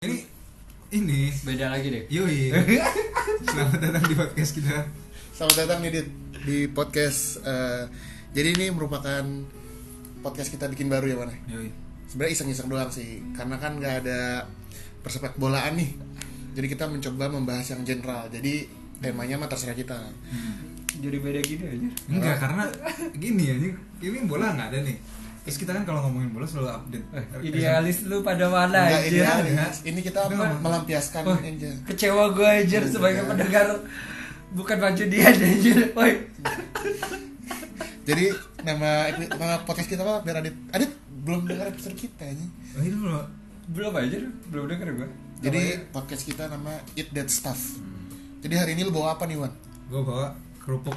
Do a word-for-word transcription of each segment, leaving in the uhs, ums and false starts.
Ini ini beda lagi deh. Yoi. Selamat datang di podcast kita. Selamat datang nih di, di podcast. Uh, jadi ini merupakan podcast kita bikin baru ya, Mana? Yoi. Sebenarnya iseng-iseng doang sih, karena kan nggak ada persepak bolaan nih. Jadi kita mencoba membahas yang general. Jadi temanya mah terserah kita. Hmm. Jadi beda gini aja. Enggak, karena gini ya, ini, ini bola nggak ada nih. Terus kita kan kalau ngomongin bola selalu update. Eh, idealis lu pada mana Nggak aja? idealis. Ini kita Udah, melampiaskan Oh, aja. kecewa gue aja Udah. sebagai pendengar. Bukan baju dia aja. Woi. Jadi nama, nama podcast kita apa? Biar Adit. Adit belum dengar episode kita aja. Oh, ini belum. Belum aja, belum denger gue. Jadi podcast kita nama Eat That Stuff. Jadi hari ini lu bawa apa nih, Wan? Gue bawa kerupuk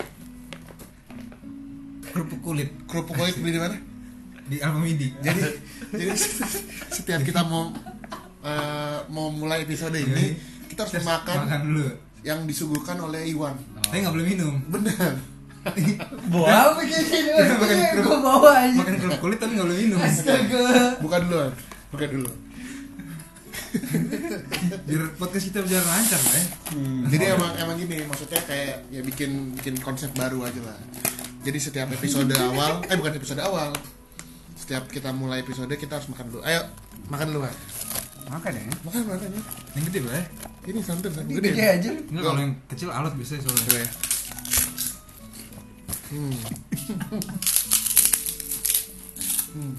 kerupuk kulit Kerupuk kulit beli di mana? di Alfamidi. Jadi jadi setiap kita mau uh, mau mulai episode ini, kita harus makan makan dulu. yang disuguhkan oleh Iwan. Tapi nggak boleh minum. Benar. Bawa apa gini? Makan kerupuk. Gue bawa aja. Makan kerupuk kulit tapi nggak boleh minum. Astaga. Buka dulu, Wan. Buka dulu. Biar podcast kita berjalan lancar lah ya. Hmm. Jadi emang emang gini, maksudnya kayak ya bikin bikin konsep baru aja lah. Jadi setiap episode awal, eh bukan episode awal. Setiap kita mulai episode kita harus makan dulu. Ayo, makan dulu, Wan. Makan ya? Makan makan ya. Yang gede lah ya. Ini santan santan Gede gede. aja. Enggak, kalau yang kecil alot biasanya soalnya. Coba ya. Hmm. hmm.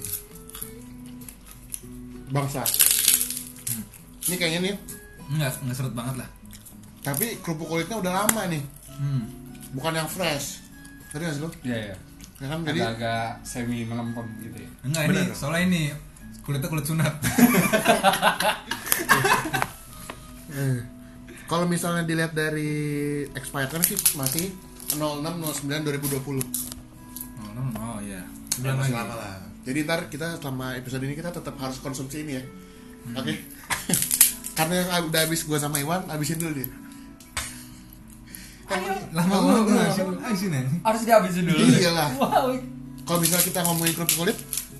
Bangsa. Hmm. Ini kayaknya nih, Enggak, enggak seret banget lah. tapi kerupuk kulitnya udah lama nih, Hmm. bukan yang fresh. Tadi nggak sih lo? Iya ya. Ya kan, jadi Agak-agak semi melempem gitu ya. Enggak, ini Bener. soalnya ini kulitnya kulit sunat. eh, kalau misalnya dilihat dari expired kan sih masih nol enam nol sembilan dua ribu dua puluh. Oh, no, no, ya. Ya, Udah masih lagi. lama lah. Jadi ntar kita selama episode ini kita tetap harus konsumsi ini ya. Hmm. Oke. Karena yang udah habis gua sama Iwan, habisin dulu dia. Ayo. Lama Oh, banget oh, habisin, oh. habisin aja. Harus dihabisin dulu. Iyalah. Wow. Kalau misalnya kita ngomongin kerupuk kulit,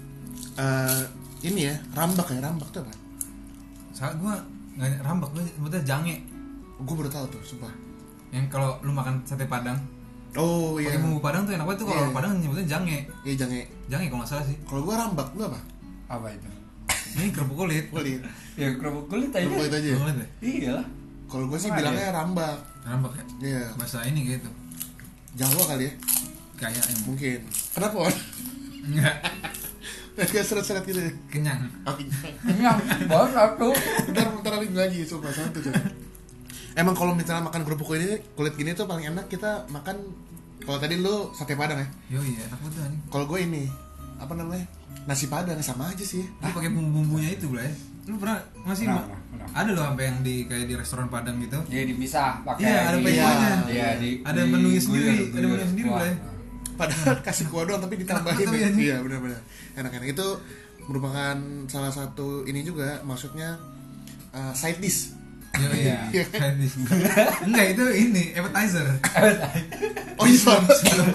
eh ini ya, rambak ya, rambak tuh apa? Saat gua nggak rambak, gua sebutnya jange. Gue baru tahu tuh, sumpah. Yang kalau lu makan sate padang, Oh iya. pakai bumbu padang tuh enak banget tuh. Kalau Iya. padang nyebutnya jange. Iya jangan. Jange kalau nggak salah sih. Kalau gue rambak, lu apa? Apa itu? Ini kerupuk kulit. Kulit. Ya kerupuk kulit aja. Kerupuk kulit aja. Kerupuk kulit ya? Iya lah. Kalau gue sih Apa bilangnya ya? rambak. Rambak ya? Iya. Bahasa ini gitu. Jawa kali ya? Kayaknya. Mungkin. Kenapa, Wan? Enggak. Kayak seret-seret gitu ya? Kenyang. Oke. Kenyang. Bawa satu. Bentar, bentar lagi lagi, sumpah satu coba. Emang kalau misalnya makan kerupuk kulit kulit gini tuh paling enak kita makan. Kalau tadi lu sate padang ya. Yo iya, enak banget nih. Kalau gue ini apa namanya? Nasi padang sama aja sih. Dia pakai bumbu-bumbunya itu lah ya. Lu pernah masih Pernah, ma- pernah. ada loh sampai yang di kayak di restoran Padang gitu. Jadi dipisah pakai. Iya, ada di- payuannya. Iya, di. Ada di- menunya sendiri, guyur, ada guyur. menunya sendiri Wah. lah ya. Padahal kasih kuah doang tapi ditambahin. Enak banget ya. tapi Iya benar-benar. Enak-enak. Itu merupakan salah satu ini juga, maksudnya uh, side dish. Yo iya. Iya. Enggak, itu ini appetizer. Oh iya. sorry.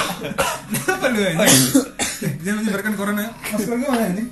Kenapa lu ini? Dia menyebarkan corona. Masker gua mana ini?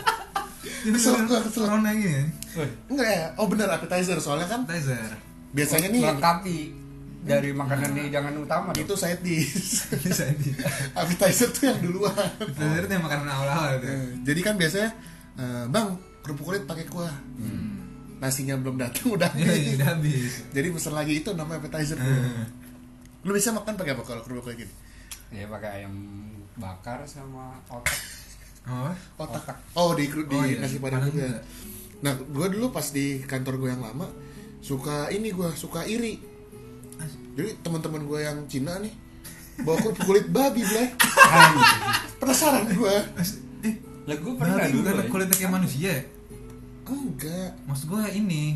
Dia Kesel menyebarkan gua, kesel. corona gini ya. Enggak ya? Oh benar appetizer soalnya kan Appetizer. biasanya nih melengkapi dari makanan hidangan utama dong. itu side dish. Bisa di. Appetizer tuh yang duluan. Appetizer itu yang makanan awal-awal itu. Eh, Jadi kan biasanya eh, Bang, kerupuk kulit pakai kuah. Hmm. Nasinya belum datang udah Iya, habis. iya, udah habis. Jadi pesan lagi itu namanya appetizer tuh. Hmm. Lu bisa makan pakai apa kalau kerupuk kayak gini? Ya pakai ayam bakar sama otak. Oh, Otak. Otak. Oh, di di Oh, iya. nasi padang Padang juga. juga. Nah, gue dulu pas di kantor gue yang lama suka ini gue suka iri. Jadi teman-teman gue yang Cina nih bawa kerupuk kulit babi, Blay. Penasaran gue. eh, Lah gue pernah babi dulu. bukan ya. kulitnya kayak manusia ya? Enggak. Maksud gua ini,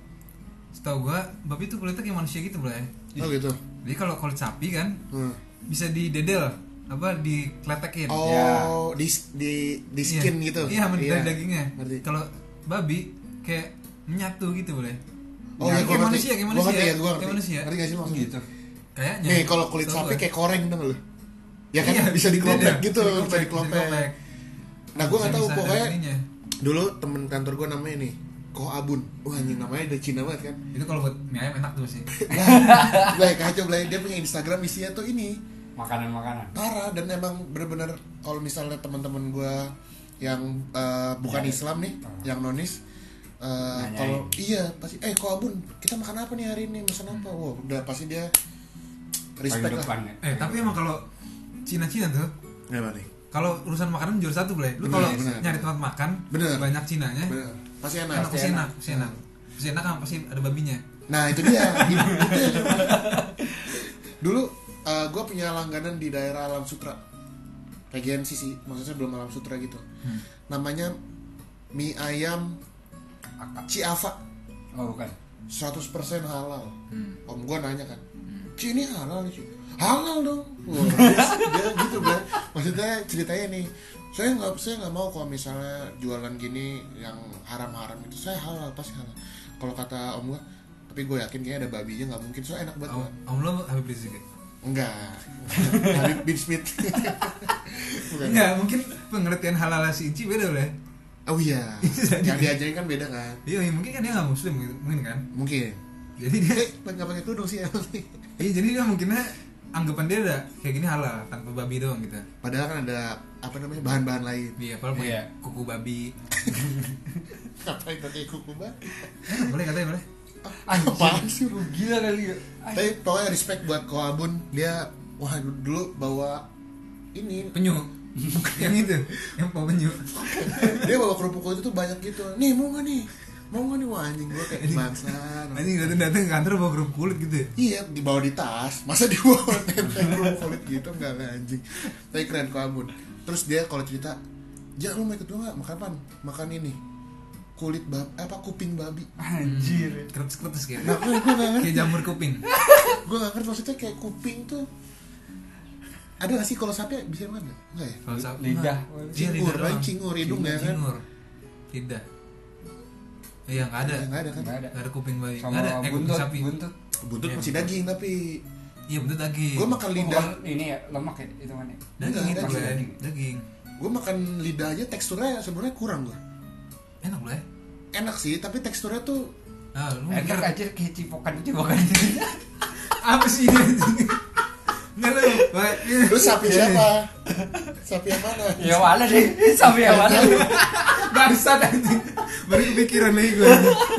setahu gua babi tuh kulitnya kayak manusia gitu, Blay. Oh gitu. Jadi kalau kulit sapi kan Hmm. bisa didedel, apa dikletekin. Oh, Ya. di di di skin Iya. gitu. Iya, dari dagingnya. Ngerti. Kalau babi kayak menyatu gitu, Blay. Oh, Ya, ya, kayak gua ngerti. manusia, kayak Gua manusia. ngerti ya, gua Kayak ngerti. manusia. Ngerti gak sih maksudnya? Gitu. Kayaknya. Nih, kalau kulit setahu sapi gua. kayak koreng dong lu. Ya kan Iya, bisa diklopek didedel, gitu, bisa bisa diklopek. diklopek. Nah, gue nggak tahu Bisa-bisa pokoknya ada ininya. dulu temen kantor gue namanya nih Ko Abun. Wah anjing namanya dari Cina banget kan. Itu kalau buat mie ayam enak tuh sih. Blay kacau Blay, dia punya Instagram isinya tuh ini Makanan-makanan. parah, dan emang bener-bener kalau misalnya teman-teman gue yang uh, bukan Ya, Islam nih, uh. yang nonis, uh, Nanyain. kalau iya pasti, eh Ko Abun kita makan apa nih hari ini, pesan apa, wah udah pasti dia respect Paling lah. depan ya. Eh tapi emang kalau Cina-Cina tuh, Gimana nih? kalau urusan makanan juara satu Blay. Lu Bener, kalau bener. nyari tempat makan Bener. banyak Cinanya, Bener. Pasti enak. enak, pasti enak. enak, pasti enak. Pasti enak kan pasti ada babinya. Nah itu dia. Itu dia. Dulu uh, gue punya langganan di daerah Alam Sutra, Regensi sih, maksudnya belum Alam Sutra gitu. Hmm. Namanya mie ayam Ciava, Oh bukan. seratus persen halal. Hmm. Om gue nanya kan, Ci ini halal nih Ci? Halal dong. Wah, dia gitu kan. Maksudnya ceritanya nih, saya nggak saya nggak mau kalau misalnya jualan gini yang haram-haram itu, saya halal pasti halal. Kalau kata om gue, tapi gue yakin kayaknya ada babinya, nggak mungkin, soalnya enak banget. Om, Kan? om lo Habib Rizik ya? Enggak. Habib bin Smith. Bukan. Enggak, mungkin pengertian halal si Inci beda Blay. Oh iya. Yang diajarin kan beda kan? Iya, mungkin kan dia nggak muslim gitu, mungkin kan. Mungkin. Jadi dia, Eh, nggak pakai kerudung sih. iya jadi dia mungkinnya anggapan dia ada kayak gini halal tanpa babi doang gitu. Padahal kan ada apa namanya bahan-bahan lain. Iya, padahal pakai Iya. kuku babi. Ngapain pakai kuku bang? Eh, boleh katanya boleh. Apaan sih? Lu gila kali ya. Tapi pokoknya respect buat Ko Abun, dia wah dulu bawa ini, Penyu. Yang itu, yang bawa penyu. dia bawa kerupuk kulit itu banyak gitu. Nih mau nggak nih? Mau nggak nih? Wah anjing gue kayak bangsa. Anjing datang-datang ke kantor bawa kerupuk kulit gitu ya. Iya, dibawa di tas. Masa dibawa nempel kerupuk kulit gitu, enggak lah anjing. Tapi keren Ko Abun. Terus dia kalau cerita, "Ja, lu mau ikut gua nggak? Makan apa? Makan ini. Kulit bab apa kuping babi." Anjir. Kretes-kretes kayak. Nah, gue gue nggak ngerti. Kayak jamur kuping. Gue nggak ngerti maksudnya kayak kuping tuh. Ada nggak sih kalau sapi bisa makan nggak? Enggak ya? Kalau sapi Lidah. Iya, Cingur, lidah paling doang. cingur, hidung ya kan? Cingur. Lidah. Iya, enggak ada. Nggak ada kan? Nggak ada. Enggak ada kuping babi. Sama Enggak ada eh, kuping buntut, sapi. buntut. Buntut Iya, masih daging tapi Iya, buntut daging. gue makan Oh, lidah. bukan ini ya lemak ya itu mana? Daging Enggak, itu daging, Blay. daging. Daging. Gue makan lidah aja teksturnya sebenarnya kurang gue. Enak Blay. Enak sih, tapi teksturnya tuh Ah, lu mikir Enak aja kayak cipokan cipokan. apa sih ini? Enggak lu. Blay. lu sapi siapa? Sapi yang mana? Ya mana sih? Sampai yang mana? Bangsat anjing. Baru kepikiran lagi gue.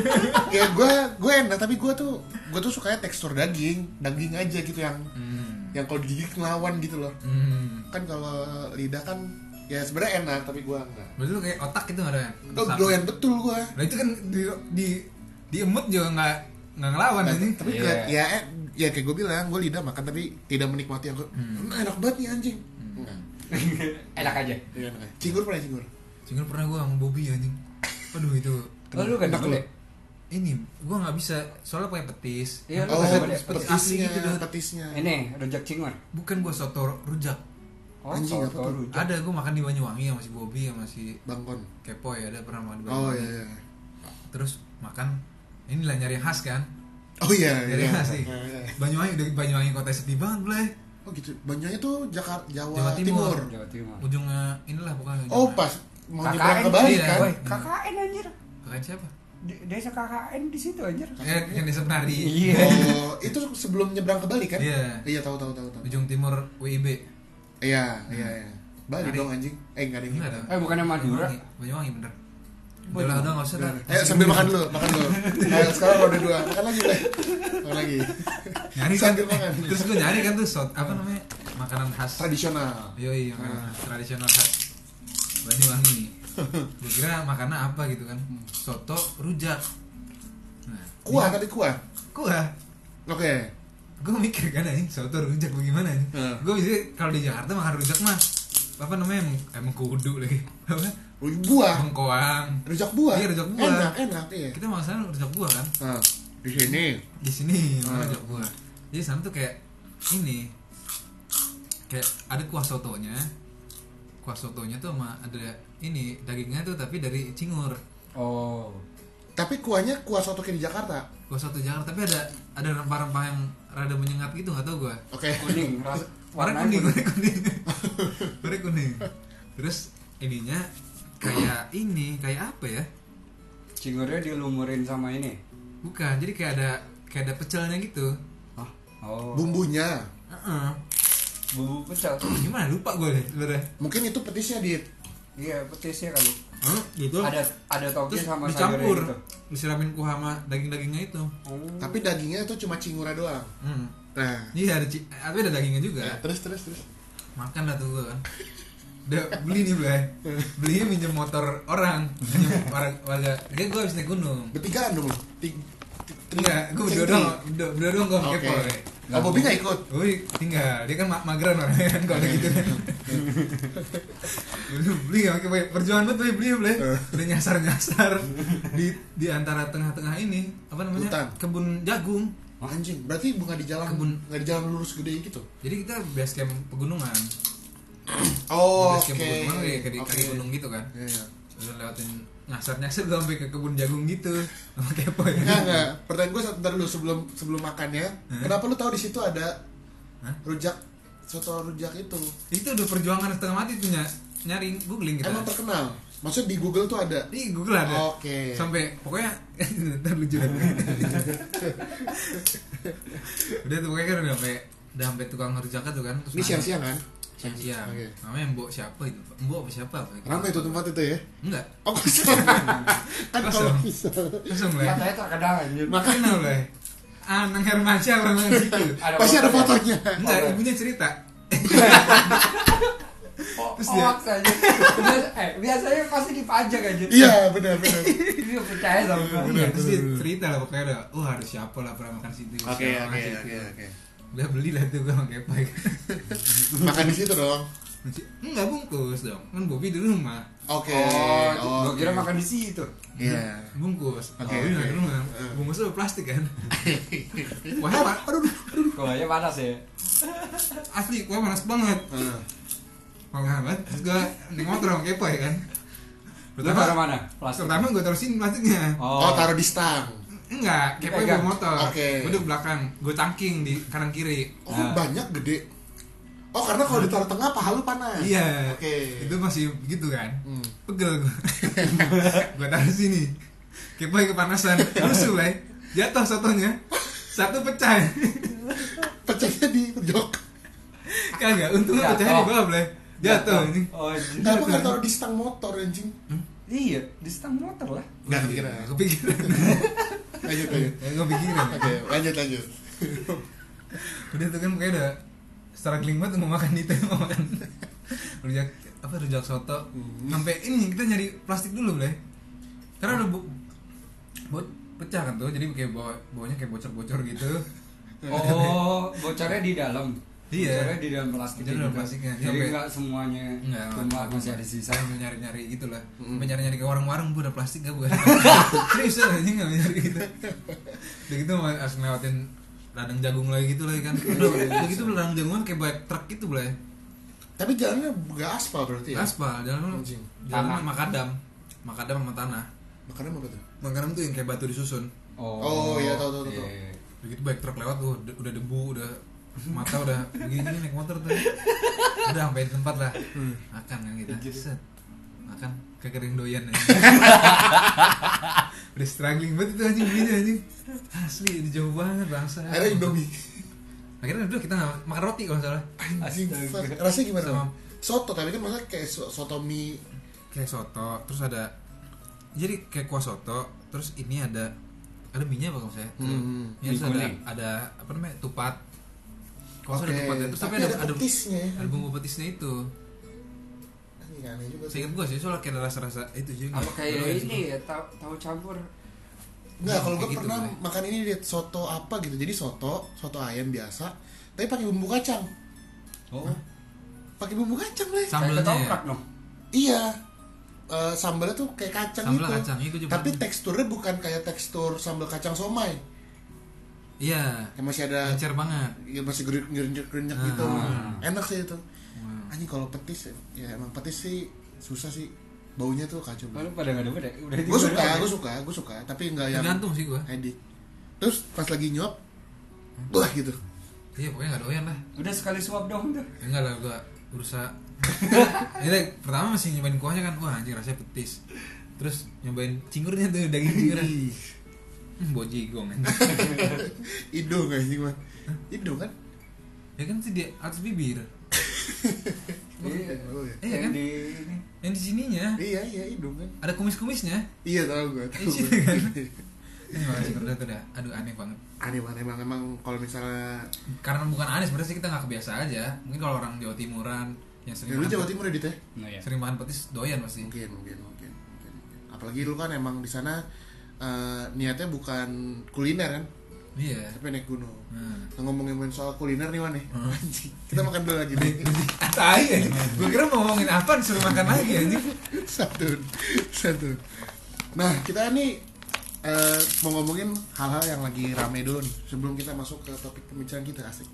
Ya gue gue enak, tapi gue tuh gue tuh sukanya tekstur daging, daging aja gitu yang Hmm. yang kalau digigit ngelawan gitu loh. Hmm. Kan kalau lidah kan ya sebenarnya enak, tapi gue enggak. Berarti lu kayak otak gitu enggak ada. Oh, doyan betul gue. Nah itu kan di di diemut juga nggak nggak ngelawan Nah, anjing. tapi Iya. kayak- ya eh, ya kayak gue bilang, gue lidah makan tapi tidak menikmati yang gue. Hmm. "Nah, enak banget nih anjing. Enggak. Enak aja. Iya, enak. Cingur pernah cingur? Cingur pernah gue sama Bobby anjing. Aduh itu. Oh, lu kan Enak boleh. lu? Ini gue nggak bisa soalnya pakai petis. Iya, lu Oh, kan petis- boleh. petis asli petisnya, gitu dah. petisnya. Ini rujak cingur. Bukan gue soto rujak. Oh, Anjing, soto apa tuh? rujak. Ada gue makan di Banyuwangi sama si Bobby sama si Bangkon. Kepoy ada pernah makan di Oh Banyuwangi. iya iya. Terus makan inilah nyari khas kan. Oh iya Nyari iya. khas nih. Iya, iya. Banyuwangi udah Banyuwangi kota sepi banget Blay. Oh gitu. Banyuwangi tuh Jakarta, Jawa, Jawa Timur. Timur. Jawa Timur. Ujungnya inilah bukan. Oh pas mau K K N nyebrang ke Bali iya, kan? boy. K K N anjir. Kakak siapa? D- Desa K K N di situ anjir. Ya, yang di Sepenari. Iya. Oh itu sebelum nyebrang ke Bali kan? Iya. Iya tahu tahu tahu tahu. Ujung timur W I B. Iya iya iya. Bali Hari- dong anjing. Eh enggak ada yang Enggak gitu. ada. Eh bukannya Madura. Banyuwangi, Banyuwangi bener. Udah lah, udah nggak usah dah. Ayo sambil makan dulu, makan dulu. Ayo sekarang roda dua, makan lagi deh. Makan lagi. Nyari kan, Sambil makan. terus gue nyari kan tuh sot apa namanya makanan khas. Tradisional. Yoi, makanan khas, tradisional khas Banyuwangi. Gue kira makanan apa gitu kan? Soto rujak. Nah, Kuah ini- tapi kuah. kuah. Oke. Gue mikir kan anjing soto rujak bagaimana nih? Hmm. Gue bisa kalau di Jakarta makan rujak mah apa namanya emang, emang kudu lagi apa Buah. bengkoang. Rujak buah. Iya, rujak buah. Enak, enak iya. Kita makan rujak buah kan Nah, di sini. di sini Hmm. rujak buah. Jadi sana tuh kayak ini kayak ada kuah sotonya. Kuah sotonya tuh sama ada ini dagingnya tuh tapi dari cingur. Oh. Tapi kuahnya kuah soto kayak di Jakarta. Kuah soto Jakarta tapi ada ada rempah-rempah yang rada menyengat gitu nggak tahu gua. Oke. Kuning. ras- Warna kuning, warna kuning. Warna kuning. Terus ininya kayak ini, kayak apa ya? Cingurnya dilumurin sama ini. Bukan, jadi kayak ada kayak ada pecelnya gitu. Hah? Oh. Bumbunya. Heeh. Bumbu pecel. Gimana lupa gue deh sebenarnya. Mungkin itu petisnya, Dit. Iya, petisnya kali. Hah? Gitu. Ada ada topping Terus sama dicampur, sayurnya gitu. disiramin kuah sama daging-dagingnya itu. Oh. Tapi dagingnya itu cuma cingura doang. Hmm. Nah, Iya ada ci- tapi ada dagingnya juga. ya, terus terus terus. Makan lah tuh gue kan. Udah beli nih Blay. Belinya minjem motor orang, minjem warga. warga. Dia gue habis naik gunung. Bertigaan dong. Tiga. Enggak, gue berdua doang, berdua, berdua doang gue Oke. kepo. Oh, Bobby nggak ikut? Woi, tinggal. Dia kan ma- mageran orangnya kan kalau gitu kan. Beli enggak pakai perjuangan banget beli beli. Udah nyasar-nyasar di di antara tengah-tengah ini, apa namanya? Hutan. Kebun jagung. Anjing, berarti bukan di jalan Kebun. nggak di jalan lurus gede gitu. Jadi kita base camp pegunungan. Oh, Base oke. camp pegunungan kayak ke di Oke. kaki gunung gitu kan. Iya, iya. Udah lewatin nyasar-nyasar gue sampai ke kebun jagung gitu. Sama kepo ya. Enggak, enggak. Pertanyaan gue sebentar dulu sebelum sebelum makannya. Hah? Kenapa lu tahu di situ ada Hah? rujak soto rujak itu? Itu udah perjuangan setengah mati tuh ny- nyari googling kita. Emang terkenal. Maksudnya di Google tuh ada. Ih, Google ada. Oke. Sampai pokoknya ntar lucu kan. Udah tuh pokoknya kan udah sampai udah sampai tukang rujak tuh kan. Terus Ini nanya. siang-siang kan? Siang-siang. Oke. Namanya Mbok siapa itu? Mbok apa siapa? Apa? Ramai itu tempat itu ya? Enggak. Oh, kosong. Kan kalau Kosong. bisa. Langsung lah. Katanya terkenal anjir. Makanya lah. Anang Hermansyah orang orang situ. Pasti ada fotonya. Enggak, ibunya cerita. Oh, Terus oh, dia- aja. Biasa, eh, biasanya pasti dipajak aja. Iya, benar benar. Dia percaya sama gua. Iya, terus dia cerita lah pokoknya ada. Wah, ada siapa lah pernah makan situ. Oke, siapa oke, situ. oke, oke. Udah beli lah tuh gue pakai apa? Makan di situ dong. Enggak bungkus dong. Kan Bobby di rumah. Oke. Oh, gua kira oke. makan di situ. Iya. Bungkus. Oke, Oh, iya, oke. di rumah. Bungkusnya plastik kan. Wah, apa? Aduh, aduh. Kuahnya panas ya. Asli, kuah panas banget. Heeh. Panas banget. Terus gue naik motor sama kepo ya kan. Lu taruh mana? Plastik. Pertama gue taruh sini plastiknya. Oh, taruh di stang. Enggak, kepo Dipegang. bawa motor. Oke. Gue duduk belakang, gue cangking di kanan kiri. Oh, Nah. banyak gede. Oh, karena kalau ditaruh tengah paha lu panas. Iya. Oke. Itu masih begitu kan. Hmm. Pegel gue. Gue taruh sini. Kepo kepanasan. Rusuh lah. Jatuh sotonya. Satu pecah. Pecahnya di jok. Kagak, untungnya Jatuh. pecahnya di bawah, Blay. Jatuh ini. Oh, anjir. Kenapa nggak taruh di stang motor anjing? Iya, di stang motor lah. Nggak kepikiran. Kepikiran. Lanjut lanjut. Ya gue pikiran. Oke, lanjut lanjut. Udah tuh kan kayak udah struggling banget mau makan itu, mau makan rujak apa rujak soto. Sampai ini kita nyari plastik dulu, Blay. Karena udah bu, buat pecah kan tuh, jadi kayak bawa bawanya kayak bocor-bocor gitu. Oh, bocornya di dalam. Iya. Bocornya di dalam plastik. Di dalam plastiknya. Jadi Sampai- enggak semuanya Enggak, cuma enggak, masih ada sisa. Sampai nyari-nyari gitu lah. Sampai nyari-nyari ke warung-warung, bu ada plastik gak bu? Serius aja nggak nyari gitu. Udah gitu harus ngelewatin ladang jagung lagi gitu lagi kan. Udah, udah gitu ladang jagung kan kayak banyak truk gitu Blay. Tapi jalannya nggak aspal berarti ya? Aspal, jalan Anjing. jalan Tanah. makadam. Makadam sama tanah. Makannya apa tuh? Makadam tuh yang kayak batu disusun. Oh, iya, tahu, tahu, tahu. Iya. Begitu banyak truk lewat tuh, udah- udah debu, udah mata udah begini naik motor tuh. Udah sampai di tempat lah. Makan kan kita. Set. Makan kekering doyan aja. Udah struggling banget itu anjing belinya anjing. Asli ini jauh banget bangsa. Ada Indomie. Akhirnya udah kita nggak makan roti kalau nggak salah. Anjing. Astaga. Rasanya gimana? Sama- Soto, tapi kan maksudnya kayak so- soto mie. Kayak soto, terus ada jadi kayak kuah soto, terus ini ada ada minyak apa kalau saya? Hmm. Ini terus Mie ada kuning. ada apa namanya tupat. Kalau ada Oke. tupat ya, terus tapi, Tapi ada, ada ada petisnya ya. ada bumbu petisnya itu. Anjing, aneh juga. Saya ingat gua sih soalnya kayak ada rasa-rasa itu juga. Apa kayak ini ya, tahu tahu campur. Enggak, kalau gue Kayak gitu, pernah Blay. makan ini lihat soto apa gitu. Jadi soto, soto ayam biasa, tapi pakai bumbu kacang. Oh, Pakai bumbu kacang, Blay. kayak Sambelnya ya. ketoprak dong. Iya. Eh, sambalnya tuh kayak kacang Sambal gitu. kacang, iya, gua juga Tapi pernah. teksturnya bukan kayak tekstur sambal kacang somai. Iya. Yang masih ada Encer banget. ya masih gerenyek-gerenyek Ah. gitu. Enak sih itu. Wow. Anjing kalau petis ya emang petis sih susah sih. Baunya tuh kacau. Lalu pada enggak ada ya? Udah Gue suka, gue suka, gue suka, tapi enggak yang Tergantung sih gua. edik. Terus pas lagi nyop, wah gitu. Iya pokoknya nggak doyan lah. Udah sekali suap dong tuh. Enggak lah gua berusaha. Ini pertama masih nyobain kuahnya kan, wah anjing rasanya petis. terus nyobain cingurnya tuh, daging cingurnya. Hmm, bojigong kan. Hidung guys sih mah. Hidung kan? Ya kan sih dia atas bibir. Iya, Oh, iya. Iya kan? Yang di ini. Yang di sininya Iya iya hidung kan. ada kumis-kumisnya. Iya tahu gue. Di sini kan. Ini makanya cingur tuh udah, aduh aneh banget. Aneh banget emang emang kalau misalnya Karena bukan aneh sebenarnya sih, kita nggak kebiasa aja. Mungkin kalau orang Jawa Timuran yang sering ya, lu makan Jawa pet- Timur ya Dit ya? Nah, ya. sering makan petis doyan pasti. Mungkin mungkin mungkin mungkin. mungkin. Apalagi lu kan emang di sana eh, niatnya bukan kuliner kan, Iya. tapi naik gunung. Nah. Nah, ngomongin soal kuliner nih Wan nih. Hmm. Anjing. Kita makan dulu lagi nih. Tai ya. Gue kira mau ngomongin apa disuruh makan lagi anjing. satu satu. Nah kita nih eh, mau ngomongin hal-hal yang lagi rame dulu nih sebelum kita masuk ke topik pembicaraan kita. Asik.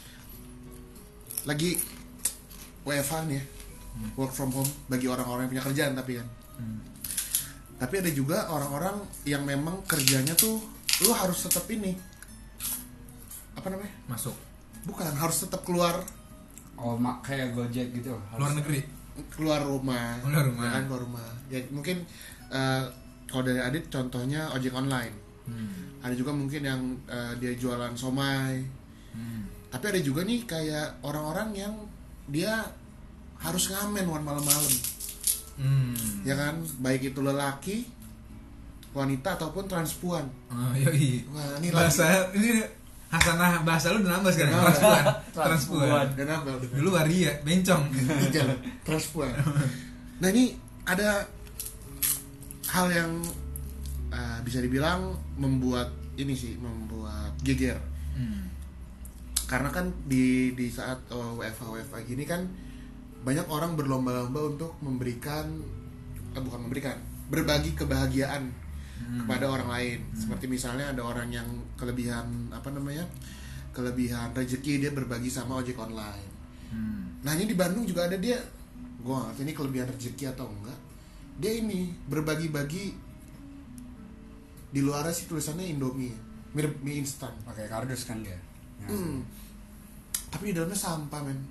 Lagi W F H nih ya, work from home bagi orang-orang yang punya kerjaan tapi kan. Hmm. Tapi ada juga orang-orang yang memang kerjanya tuh lu harus tetap ini apa namanya? Masuk Bukan, harus tetap keluar Oh, mak kayak Gojek gitu. luar negeri. keluar rumah. Keluar rumah. Ya kan, keluar rumah. Ya mungkin eh, kalau dari Adit contohnya ojek online. Hmm. Ada juga mungkin yang eh, dia jualan somai. Hmm. Tapi ada juga nih kayak orang-orang yang dia harus ngamen wan malam-malam. Hmm. Ya kan, baik itu lelaki, wanita ataupun transpuan. Oh, yoi. Wah, ini Bahasa ini Hasanah bahasa lu udah nambah sekarang. Nambah. Transpuan. Transpuan. Transpuan. dan nambah udah. Dulu waria, bencong. Jalan transpuan. Nah ini ada hal yang uh, bisa dibilang membuat ini sih, membuat geger. Hmm. Karena kan di di saat uh, W F H W F H gini kan banyak orang berlomba-lomba untuk memberikan, eh, bukan memberikan, berbagi kebahagiaan Hmm. kepada orang lain. Hmm. Seperti misalnya ada orang yang kelebihan apa namanya, kelebihan rezeki, dia berbagi sama ojek online. Hmm. Nah ini di Bandung juga ada dia, gue gak ngerti ini kelebihan rezeki atau enggak. Dia ini berbagi-bagi, di luarnya sih tulisannya Indomie, mirip mie instan. Pakai kardus kan dia. Ya. Hmm. Tapi di dalamnya sampah men.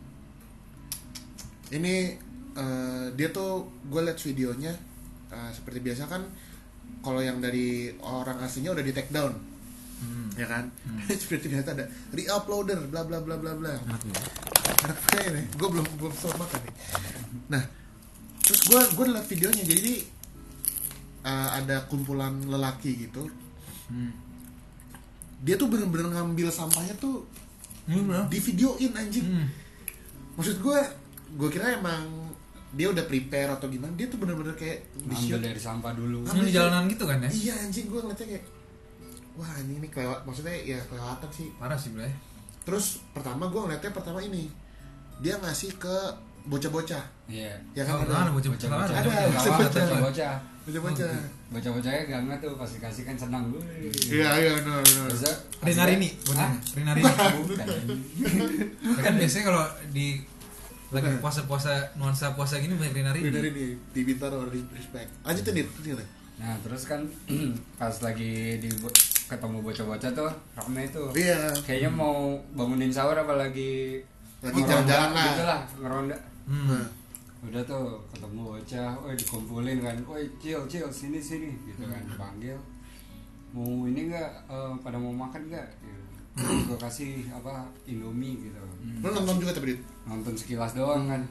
Ini eh, dia tuh, gue liat videonya eh, seperti biasa kan, kalau yang dari orang aslinya udah di take down, Hmm. ya kan? Hmm. Seperti ternyata ada re-uploader, bla bla bla bla bla. Enak ya. Enak kayak nih, gue belum belum sempat makan nih. Nah, terus gue gue liat videonya, jadi uh, ada kumpulan lelaki gitu. Hmm. Dia tuh bener-bener ngambil sampahnya tuh Ini bro. di videoin anjing. Hmm. Maksud gue, gue kira emang dia udah prepare atau gimana. Dia tuh bener-bener kayak di Ambil shoot. dari sampah dulu. Ini di jalanan gitu kan ya? Iya anjing, gue ngeliatnya kayak, wah ini ini kelewat, maksudnya ya kelewatan sih. Parah sih bro. Terus pertama gue ngeliatnya pertama ini, dia ngasih ke bocah-bocah. Iya. Ya kan Oh, ada. mana bocah-bocah Bocah-bocah. ada. Ada. Bocah-bocah. Bocah-bocah. Bocah-bocah. Bocah-bocah. Bocah-bocahnya gak tuh pasti kasih kan senang gue. Iya iya benar benar. Terus Rina Rini, Hah? bukan? Rina Rini. Bukan. Ya kan biasanya kalau di lagi puasa-puasa nuansa puasa gini banyak Rina Rini. Bener ini di Bintaro di respect. Lanjutin nih, lanjutin. Nah terus kan pas lagi di ketemu bocah-bocah tuh rame tuh. Iya. Kayaknya mau bangunin sahur apa lagi Lagi ngeronda jalan-jalan lah. gitu lah ngeronda. Hmm. Nah, Udah tuh ketemu bocah, woi dikumpulin kan, woi cil cil sini sini gitu kan, dipanggil. Mau ini enggak pada mau makan enggak? Gitu. Gue kasih apa Indomie gitu. lu nonton juga tapi Dit? Nonton sekilas doang kan.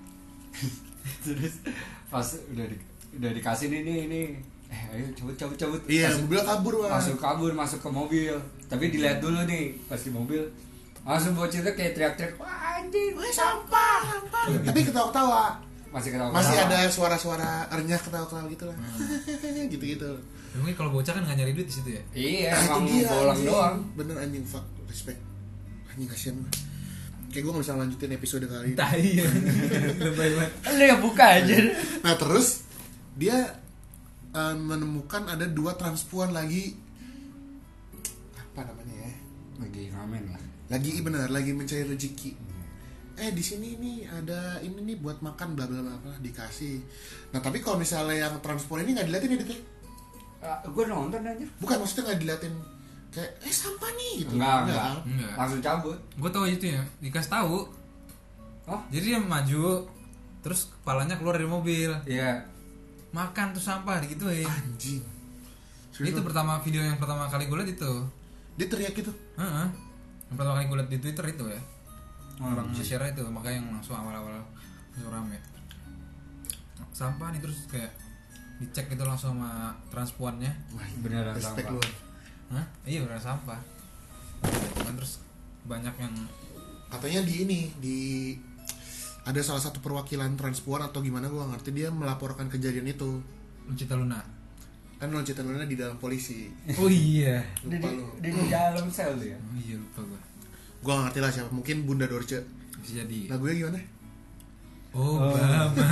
Terus pas udah di, udah dikasih nih nih ini, eh ayo cabut cabut cabut. Iya, Masuk- mobilnya kabur wah. masuk kabur masuk ke mobil. Tapi dilihat dulu nih pas di mobil. Langsung bocilnya kayak teriak-teriak, wah anjing, wah sampah, sampah. Tapi ketawa-ketawa. Masih ketawa. Masih ada suara-suara renyah ketawa-ketawa gitu lah. Gitu-gitu. Ya, mungkin kalau bocah kan nggak nyari duit di situ ya. Iya, Ah, emang itu dia, bolang anjing. doang. Bener anjing, fuck, respect. Anjing kasihan gue. Kayak gue gak bisa lanjutin episode kali ini. Tai ya. Lebay banget. Lu yang buka aja. Nah terus dia uh, menemukan ada dua transpuan lagi, apa namanya ya? Lagi ngamen lah. Lagi benar, lagi mencari rezeki. Eh di sini nih ada ini nih buat makan bla bla bla bla, dikasih. Nah tapi kalau misalnya yang transpuan ini nggak diliatin ya Dit? Uh, gue nonton aja. Bukan, maksudnya nggak diliatin kayak eh sampah nih gitu. Enggak, enggak. kan? Enggak. Langsung cabut. Gue tahu itu ya, dikasih tahu. Oh, Jadi dia maju, terus kepalanya keluar dari mobil. iya. makan tuh sampah digituin. Anjing. Itu pertama video yang pertama kali gue liat itu. Dia teriak gitu. Heeh. Yang pertama kali gue liat di Twitter itu ya. Orang Anjing. nge-share itu, makanya yang langsung awal-awal langsung rame. Sampah nih terus kayak dicek itu langsung sama transpuannya. Wah, Beneran respect sampah. lu. Hah? Iya beneran sampah. Cuman terus banyak yang Katanya di ini di ada salah satu perwakilan transpuan atau gimana gue ngerti, dia melaporkan kejadian itu. Lucita Luna. Kan Lucita Luna di dalam polisi. Oh iya. Di, Lupa di, lu. di dalam sel tuh ya. Oh iya lupa gue. Gue gak ngerti lah siapa, mungkin Bunda Dorce. Bisa jadi. Lagunya gimana? Oh, Obama.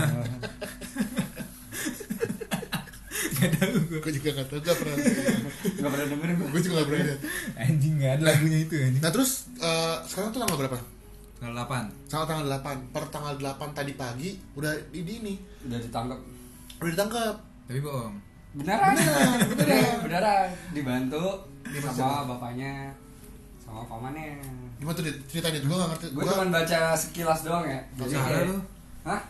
Gak tau gue. Gue juga gak tau, gak pernah. Gak pernah dengerin gue. Gue juga gak pernah lihat. Anjing gak ada lagunya itu anjing. Nah terus eh, sekarang tuh tanggal berapa? Tanggal delapan. Tanggal tanggal delapan. Per tanggal delapan tadi pagi udah di di ini. Udah ditangkap. Udah ditangkap. Tapi bohong. Beneran. Beneran, beneran. Beneran. Dibantu Dibantu sama siapa? bapaknya, sama pamannya. Gimana tuh Dit? Ceritanya juga gak ngerti. Gue cuma baca sekilas doang ya. Jadi Salah kayak, lu. hah?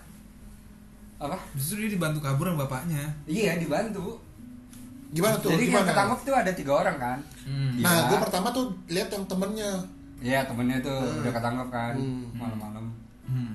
Apa? Justru dia dibantu kabur sama bapaknya. Iya dibantu. Gimana tuh? Jadi yang Gimana? ketangkep tuh ada tiga orang kan. Hmm. Iya. Nah gue pertama tuh lihat yang temennya. Iya temennya tuh Hmm. udah ketangkep kan Hmm. malam-malam. Hmm.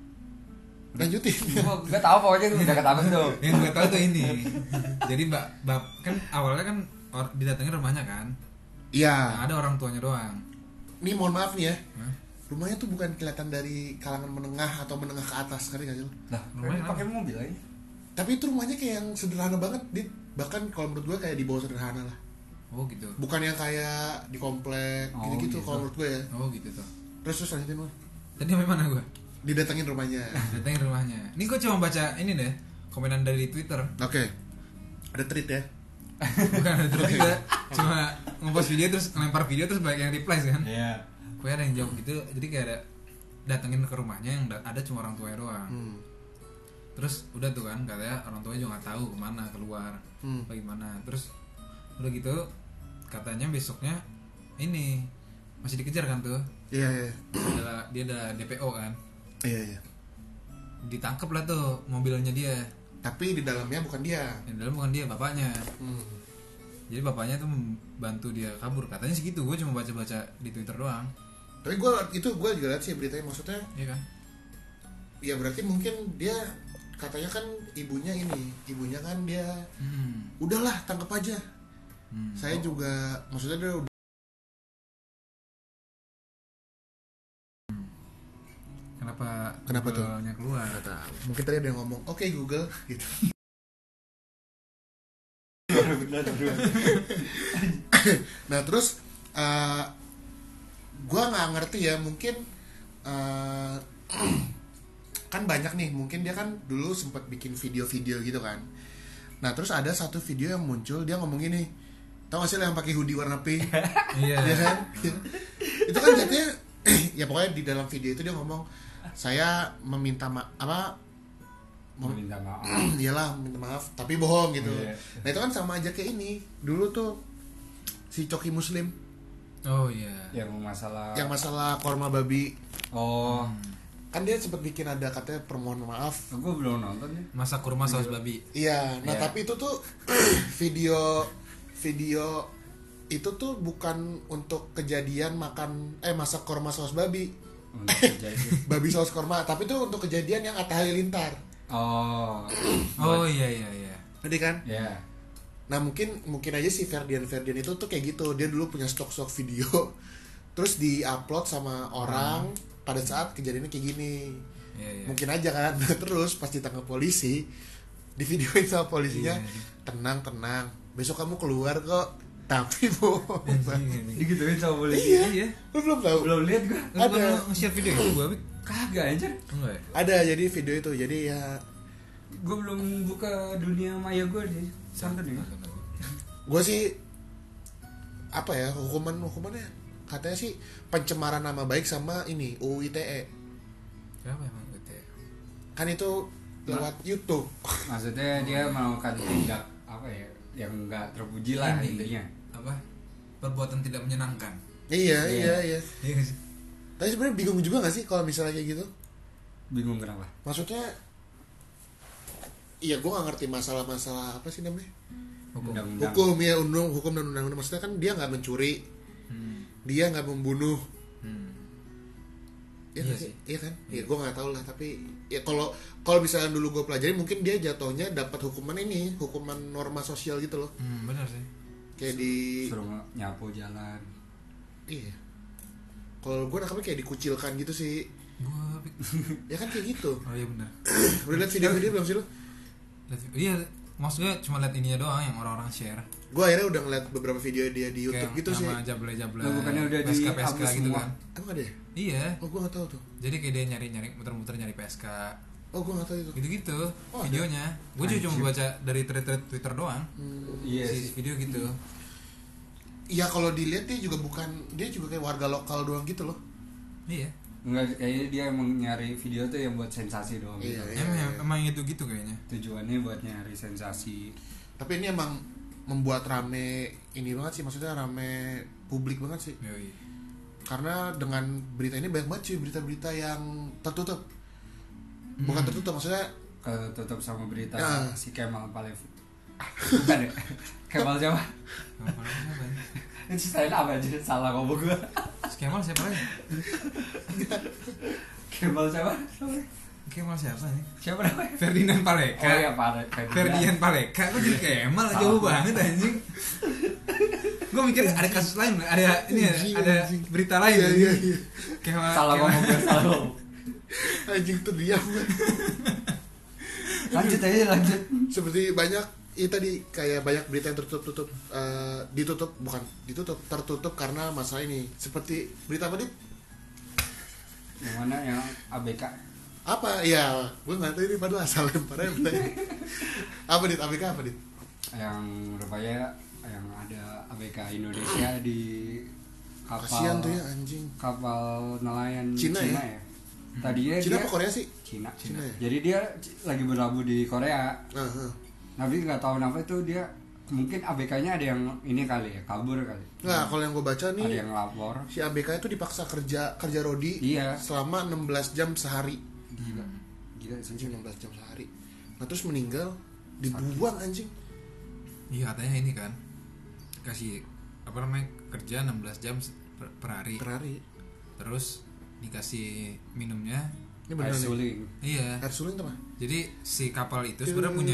Lanjutin. Gue tau pokoknya tuh udah ketangkep tuh. Yang gue tahu tuh ini. Jadi mbak, bap kan awalnya kan or, didatengin rumahnya kan. Iya. Nah, ada orang tuanya doang. Nih mohon maaf nih ya. Hah? Rumahnya tuh bukan kelihatan dari kalangan menengah atau menengah ke atas, ngerti gak sih lo? Lah, Rumahnya pakai mobil aja. Tapi itu rumahnya kayak yang sederhana banget, Dit. Bahkan kalau menurut gue kayak di bawah sederhana lah. Oh gitu. Bukan yang kayak di komplek Oh, gitu-gitu gitu. kalau menurut gue ya. Oh gitu tuh. Terus terus lanjutin lo. Tadi sampai mana gue? Didatengin rumahnya. Datengin rumahnya. Ini gue cuma baca ini deh komenan dari Twitter. Oke. Ada tweet ya. Bukan ada terus juga. Cuma ngepost video terus ngelempar video terus banyak yang reply kan. Iya. Gue ada yang jawab gitu. Jadi kayak ada datengin ke rumahnya yang da- ada cuma orang tuanya doang. Hmm. Terus udah tuh kan katanya orang tuanya juga nggak tahu kemana keluar Hmm. bagaimana. Terus udah gitu katanya besoknya ini masih dikejar kan tuh. Iya iya. Adalah dia ada D P O kan. Iya iya. Ditangkep lah tuh mobilnya dia. Tapi di dalamnya bukan dia. Yang dalam bukan dia, bapaknya. Hmm. Jadi bapaknya tuh membantu dia kabur. Katanya sih gitu. Gue cuma baca-baca di Twitter doang. Tapi gue itu gue juga lihat sih beritanya, maksudnya Iya kan? ya berarti mungkin dia katanya kan ibunya ini, ibunya kan dia Hmm. udahlah tangkap aja. Hmm. Saya juga maksudnya dia udah Kenapa? Kenapa tuh? Google-nya keluar? nggak tahu. Mungkin tadi ada yang ngomong, oke Google gitu. Nah terus uh, gue nggak ngerti ya, mungkin uh, kan banyak nih, mungkin dia kan dulu sempat bikin video-video gitu kan. Nah terus ada satu video yang muncul, dia ngomong gini, tau gak sih lo yang pakai hoodie warna pink? Iya. Ya kan? Itu kan jadinya ya pokoknya di dalam video itu dia ngomong, saya meminta ma apa mem- Minta maaf. iyalah minta maaf tapi bohong gitu. Iya. Nah itu kan sama aja kayak ini dulu tuh si Coki Muslim Oh iya. Yang masalah. yang masalah korma babi, Oh. kan dia sempat bikin ada katanya permohonan maaf. Gue belum nonton nih. Masak kurma saus babi. Iya, nah Iya. tapi itu tuh video video itu tuh bukan untuk kejadian makan eh masak korma saus babi, Untuk kejadian. babi saus korma, tapi itu untuk kejadian yang Atta Halilintar. Oh. Oh iya iya iya. Ngerti kan? Ya. Nah mungkin mungkin aja si Ferdian Ferdian itu tuh kayak gitu, dia dulu punya stok-stok video terus diupload sama orang pada saat kejadiannya kayak gini. Iya iya. Mungkin aja kan. Terus pas ditangkap polisi, di videoin sama polisinya, Iya. tenang tenang, besok kamu keluar kok. Tapi bu, Digituin sama polisi. iya, Iya. lu belum tahu? Belum lihat gue. Lu Ada. pernah nge-share video itu gua, Bik? Kagak anjir. Enggak ya? Ada jadi video itu, jadi ya Gue belum buka dunia maya gue deh. Santai nih. gue sih apa ya hukuman hukumannya katanya sih pencemaran nama baik sama ini U U I T E Siapa emang gitu ya? kan itu lewat YouTube. Maksudnya dia melakukan tindak apa ya yang nggak terpuji lah Ini. intinya. Apa? Perbuatan tidak menyenangkan. Iya Iya. iya iya. Iya nggak sih? Tapi sebenarnya bingung juga gak sih kalau misalnya kayak gitu? Bingung kenapa? Maksudnya iya gue nggak ngerti masalah-masalah apa sih namanya Hukum. Undang-undang. hukum ya undang hukum dan undang-undang maksudnya kan dia nggak mencuri, hmm. dia nggak membunuh. Hmm. Ya, Iya iya, sih. iya kan? Ya gue nggak tahu lah, tapi ya kalau kalau misalnya dulu gue pelajari mungkin dia jatuhnya dapat hukuman ini, hukuman norma sosial gitu loh. Hmm, benar sih. Kayak di Suruh nyapu jalan. iya. Kalau gue nangkapnya kayak dikucilkan gitu sih. Gua Ya kan kayak gitu. oh iya benar. Udah liat video-video belum sih lo? Lihat- Iya, maksudnya cuma lihat ininya doang yang orang-orang share. Gue akhirnya udah ngeliat beberapa video dia di YouTube Kayak gitu sih. sama jable-jable. Nah, bukannya udah P S K P S K dihapus gitu semua? kan. Emang ada ya? Iya. Oh gue nggak tahu tuh. Jadi kayak dia nyari-nyari muter-muter nyari P S K. Oh gue nggak tahu itu. Gitu-gitu Oh, ada? videonya. Gue juga cuma Anjir. baca dari thread-thread Twitter doang. Hmm. Iya Si sih. video gitu. Iya kalau dilihat dia juga bukan, dia juga kayak warga lokal doang gitu loh. Iya. Enggak, kayaknya dia emang nyari video tuh yang buat sensasi doang Iya, gitu. iya. Emang emang itu gitu kayaknya. Tujuannya buat nyari sensasi. Tapi ini emang membuat rame ini banget sih, maksudnya rame publik banget sih. Yoi. Karena dengan berita ini banyak banget cuy, berita-berita yang tertutup. Bukan Hmm. tertutup, maksudnya Ketutup sama berita Ya. si Kemal Palevi. Bukan ya? Kemal siapa? Kemal siapa ya? Itu style apa aja? Salah ngomong gua. Kemal siapa lagi? Kemal siapa? Kemal siapa nih? Siapa namanya? Ferdinand Paleka. Oh iya, Pak. Ferdian Paleka. Kok jadi Kemal jauh banget anjing. Gue mikir ada kasus lain, ada ini ada, Anjing, ada anjing. berita lain. Iya, iya, iya. Kemal. Salah Kemal- ngomong, gua salah ngomong. anjing terdiam. Lanjut aja, lanjut. Seperti banyak itu tadi kayak banyak berita yang tertutup-tutup, eh, ditutup bukan ditutup, tertutup karena masalah ini. Seperti berita apa dit? Yang mana yang A B K? Apa ya? Gue nggak tahu ini padahal asal lemparnya beritanya. Apa dit? A B K apa dit? Yang rupanya yang ada A B K Indonesia di kapal Kasian tuh ya anjing. kapal nelayan Cina Cina, ya? ya. Tadinya Cina dia apa Korea sih? Cina. Cina ya? Jadi dia c- lagi berlabuh di Korea. Nah, nah. Tapi nggak tahu kenapa itu dia mungkin A B K-nya ada yang ini kali ya, kabur kali. Nah, kalau yang gue baca Ada nih, yang lapor. si A B K itu dipaksa kerja kerja rodi Iya. selama enam belas jam sehari. Gila. Gila sih. Anjing enam belas jam sehari. Nah, terus meninggal dibuang anjing. Iya katanya ini kan kasih apa namanya kerja enam belas jam se- per, per hari. Per hari. Terus dikasih minumnya. Ini Air beneran nih. suling. Iya. Air suling tuh mah. Jadi si kapal itu sebenarnya punya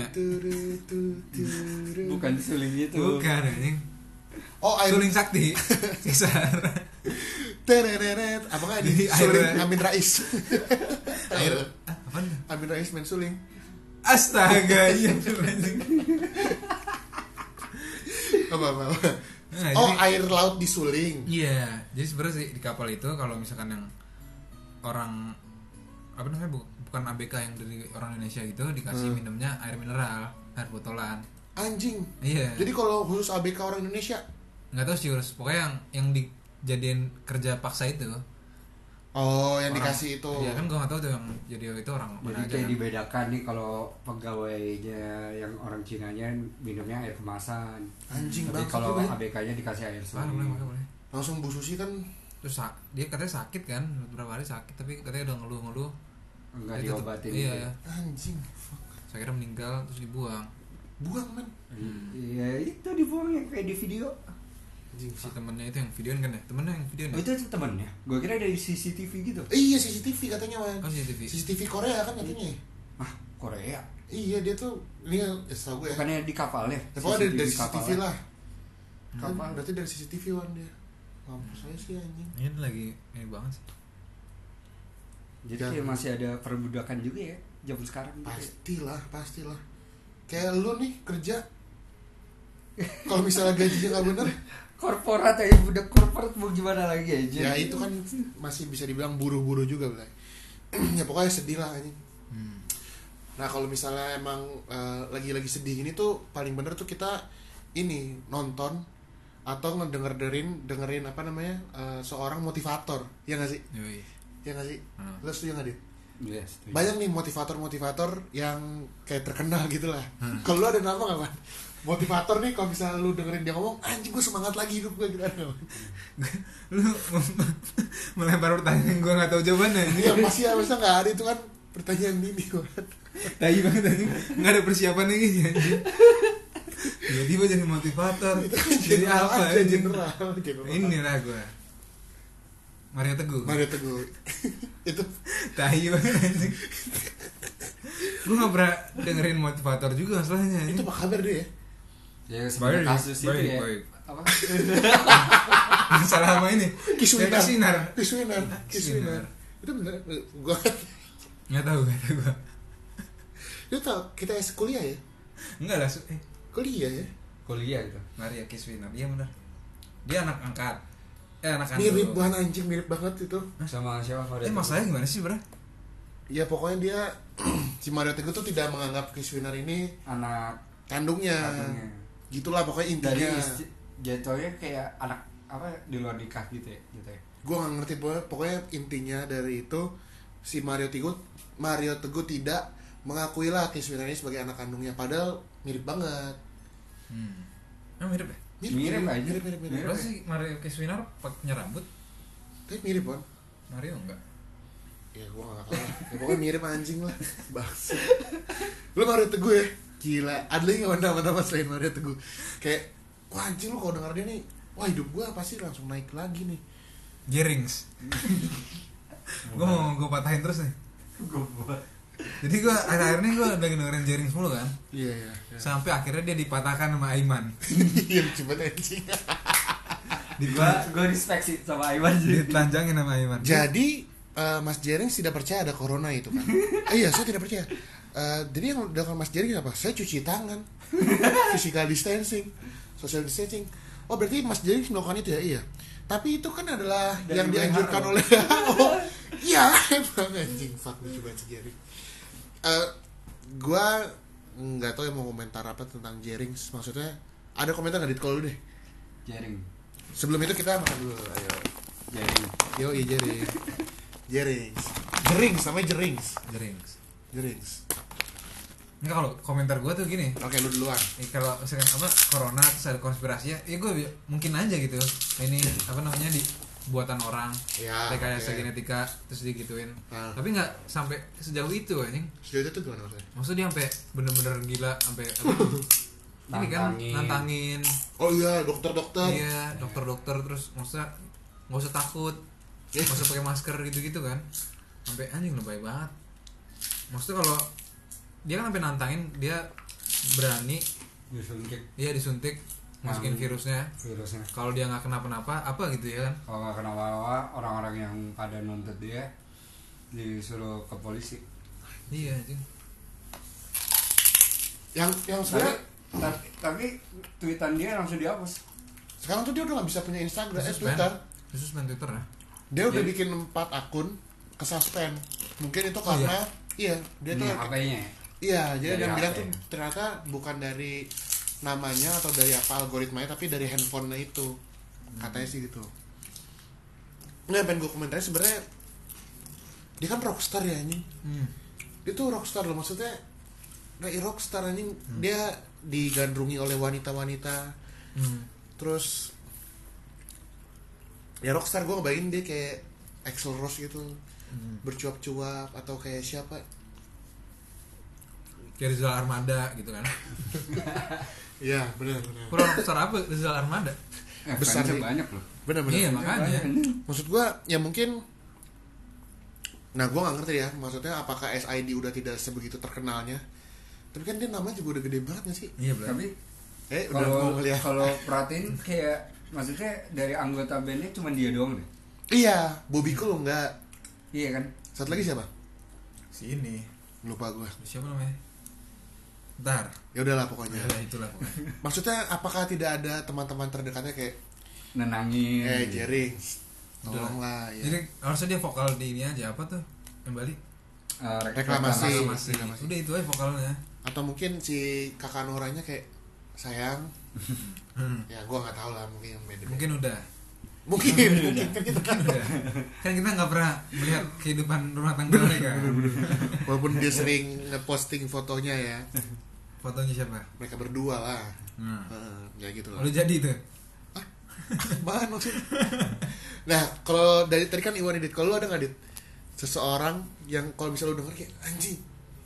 Bukan suling itu. bukan anjing. Oh, air Suling sakti. Cesar. tereret. Apakah di Jadi suling air- Amin Rais? Air ah, apaan tuh? Amin Rais main suling. Astaga, iya tuh anjing. Apa apa. apa. Nah, Oh, jadi- air laut disuling. Iya, jadi sebenarnya sih di kapal itu kalau misalkan yang orang apa namanya bu- bukan A B K yang dari orang Indonesia gitu dikasih Hmm. minumnya air mineral, air botolan. Anjing. Iya. Jadi kalau khusus A B K orang Indonesia, nggak tahu sih Urus. Pokoknya yang yang dijadiin kerja paksa itu. oh yang orang- dikasih itu. Iya kan gua nggak tahu tuh yang jadi itu orang Jadi mana aja. kayak Kan. dibedakan nih kalau pegawainya yang orang Cinanya minumnya air kemasan. Anjing Tapi banget. kalau juga. A B K-nya dikasih air Ah, suling. boleh, boleh, boleh. Langsung Bu Susi kan Terus sa- dia katanya sakit kan beberapa hari sakit tapi katanya udah ngeluh-ngeluh. Enggak Dia tetep- diobatin. Iya. gitu. anjing. Fuck. Saya kira meninggal terus dibuang. Buang men. Iya, itu dibuang yang kayak di video. Anjing. Si temennya itu yang videoin kan ya? Temennya yang videoin Oh, ya? itu temennya. Gue kira dari C C T V gitu. Iya C C T V katanya man. Oh C C T V. C C T V Korea kan katanya. Ah, Korea. Iya dia tuh ini ya setahu gue ya. Bukannya di kapalnya. Ya, pokoknya dari, dari C C T V kapalnya. lah. Kan Kapal. berarti dari C C T V wan dia. Mampus saya sih anjing. Ini lagi ini banget sih. Jadi Dan- kayak masih ada perbudakan juga ya zaman sekarang. gitu ya. Pastilah, pastilah. Kayak lu nih kerja. Kalau misalnya gajinya nggak bener, Korporat ya, budak korporat mau gimana lagi aja. ya itu kan masih bisa dibilang buru-buru juga Blay. Ya pokoknya sedih lah anjing. Hmm. Nah kalau misalnya emang eh, lagi-lagi sedih gini tuh paling bener tuh kita ini nonton atau ngedengerin dengerin apa namanya eh, seorang motivator, ya nggak sih? Yoi. Ya nggak sih? Hmm. Lo setuju nggak Dit? Yes, setuju. Banyak nih motivator-motivator yang kayak terkenal gitu lah. Hmm. Kalau lu ada nama nggak man? Motivator nih kalau misalnya lu dengerin dia ngomong, anjing gue semangat lagi hidup gue gitu ada nggak, Man? Lu melempar pertanyaan yang gue nggak tahu jawabannya. Iya pasti ya, masa nggak ada itu kan pertanyaan ini gue. Tai banget anjing. Enggak ada persiapan lagi anjing. Tiba-tiba jadi motivator. Jadi apa aja, anjing? general, general. Inilah gua. Mario Teguh. Mario Teguh. Itu Tai banget anjing. Gua enggak pernah dengerin motivator juga masalahnya anjing. itu apa kabar dia ya? Ya sebenarnya Baik, kasus itu baik, ya. baik. Apa? Masalah sama ini. Kiswinar. Kayak Kisinar. Kiswinar. Kiswinar. Itu bener. Gua Enggak tahu, enggak tahu gua. Lu tau kita kuliah ya? Enggak lah, eh Kuliah ya? Kuliah itu. Maria Kiswinar. Iya benar. Dia anak angkat. Eh anak angkat. Mirip banget anjing, mirip banget itu. Sama siapa Farid? Eh masalahnya gimana sih, Bro? Ya pokoknya dia si Mario Teguh tuh tidak menganggap Kiswinar ini Anak kandungnya. kandungnya. Gitulah pokoknya Dari intinya. isti- jatuhnya kayak anak apa di luar nikah gitu ya, gitu ya. Gue gak ngerti pokoknya, pokoknya intinya dari itu si Mario Teguh Mario Teguh tidak mengakui lah Kiswinar ini sebagai anak kandungnya, padahal mirip banget. Hmm. Emang mirip ya? Mirip aja. mirip mirip mirip, Mirip. Terus sih Mario Kiswinar punya rambut, tapi mirip kan? Mario enggak. Ya gue gak tahu lah. Ya, pokoknya mirip anjing lah. Bangsa. Lu Mario Teguh ya? Gila. Ada lagi gak nama-nama selain Mario Teguh? Kayak, wah anjing lu kalau denger dia nih, wah hidup gue pasti langsung naik lagi nih. Jerings. Gue mau gue patahin terus nih. Gue buat. Jadi gue akhir-akhir ini gue udah dengerin Jerings mulu kan. Iya iya. Sampai akhirnya dia dipatahkan sama Aiman. Iya lucu banget anjing. Gua gua respect sih sama Iwan sih. Ditelanjangin sama Aiman. Jadi uh, Mas Jering tidak percaya ada corona itu kan? Eh, iya saya tidak percaya. Uh, jadi yang dilakukan Mas Jering apa? Saya cuci tangan, physical distancing, social distancing. Oh berarti Mas Jering melakukan itu ya? Iya. Tapi itu kan adalah Dari yang W H O. dianjurkan oleh W H O. Iya, emang anjing fuck lucu banget si Jering. Uh, gua nggak tahu yang mau komentar apa tentang Jering. Maksudnya ada komentar nggak di call deh? Jaring. Sebelum itu kita makan dulu. Ayo. Jaring. Yo iya Jering. Jerings. Jerings namanya Jerings. Jerings. Jerings. Enggak, kalau komentar gue tuh gini. Oke lu duluan. Eh, kalau misalkan apa corona terus ada konspirasi ya, ya gue mungkin aja gitu. Ini apa namanya di buatan orang, Ya, rekayasa oke. genetika terus digituin. Ah. Tapi nggak sampai sejauh itu anjing. Sejauh itu gimana maksudnya? Maksudnya dia sampai bener-bener gila sampai apa? Ini kan Nantangin. nantangin. Oh iya dokter-dokter. Iya, dokter-dokter terus maksudnya nggak usah takut, nggak usah pakai masker gitu-gitu kan. Sampai anjing lebay banget. Maksudnya kalau dia kan sampai nantangin, dia berani, Disuntik dia disuntik, masukin Hmm. virusnya. virusnya. Kalau dia nggak kenapa-napa, apa gitu ya kan? Kalau nggak kenapa-napa, orang-orang yang pada nuntut dia disuruh ke polisi. Iya anjing. Yang yang Tapi, sebenarnya tapi, tapi tweetan dia langsung dihapus. sekarang tuh dia udah nggak bisa punya Instagram, eh Disuspend. Twitter. Disuspend Twitter ya. Dia udah Jadi- bikin empat akun kesuspend. Mungkin itu Oh, karena iya dia Ini tuh H P-nya. iya jadi Dari dia H P. bilang tuh ternyata bukan dari namanya atau dari apa algoritmanya tapi dari handphonenya itu. Katanya sih gitu. Nggak pengen gue komentarin sebenarnya dia kan rockstar ya anjing. Hmm. Dia tuh rockstar loh maksudnya kayak rockstar anjing. Dia digandrungi oleh wanita-wanita Hmm. terus ya rockstar gue ngebayangin dia kayak Axl Rose gitu Hmm. bercuap-cuap atau kayak siapa Kayak Rizal Armada gitu kan. ya benar benar Kurang besar apa Rizal Armada? Eh, Besar fansnya nih. banyak loh. benar benar Iya makanya. maksud gue ya mungkin nah gue nggak ngerti ya maksudnya apakah S I D udah tidak sebegitu terkenalnya tapi kan dia namanya juga udah gede banget nggak sih Iya benar. Tapi eh udah kalau mau ngeliat kalau perhatiin kayak maksudnya dari anggota bandnya cuma dia doang deh. iya Bobby Cool enggak Iya kan? satu lagi siapa Si ini lupa gue siapa namanya? Ntar. ya udahlah pokoknya Ya itulah pokoknya. maksudnya apakah tidak ada teman-teman terdekatnya kayak Nenangin. eh Jerry tolong lah ya Jadi harusnya dia vokal di ini aja apa tuh? Yang Bali? Eh, rek- Reklamasi. Reklamasi. Reklamasi. Udah itu aja vokalnya. atau mungkin si kakak Noranya kayak sayang Hmm. ya gue nggak tahu lah mungkin yang beda Mungkin udah. mungkin mungkin kan kita Mungkin udah. Kan kita nggak pernah melihat kehidupan rumah tangga mereka. walaupun dia sering ngeposting fotonya ya Fotonya siapa? mereka berdua lah Nah. Heeh, ya gitu lah Udah jadi tuh. apaan maksudnya nah kalau dari tadi kan Iwan edit kalau lu ada nggak dit seseorang yang kalau misalnya lu denger kayak anjing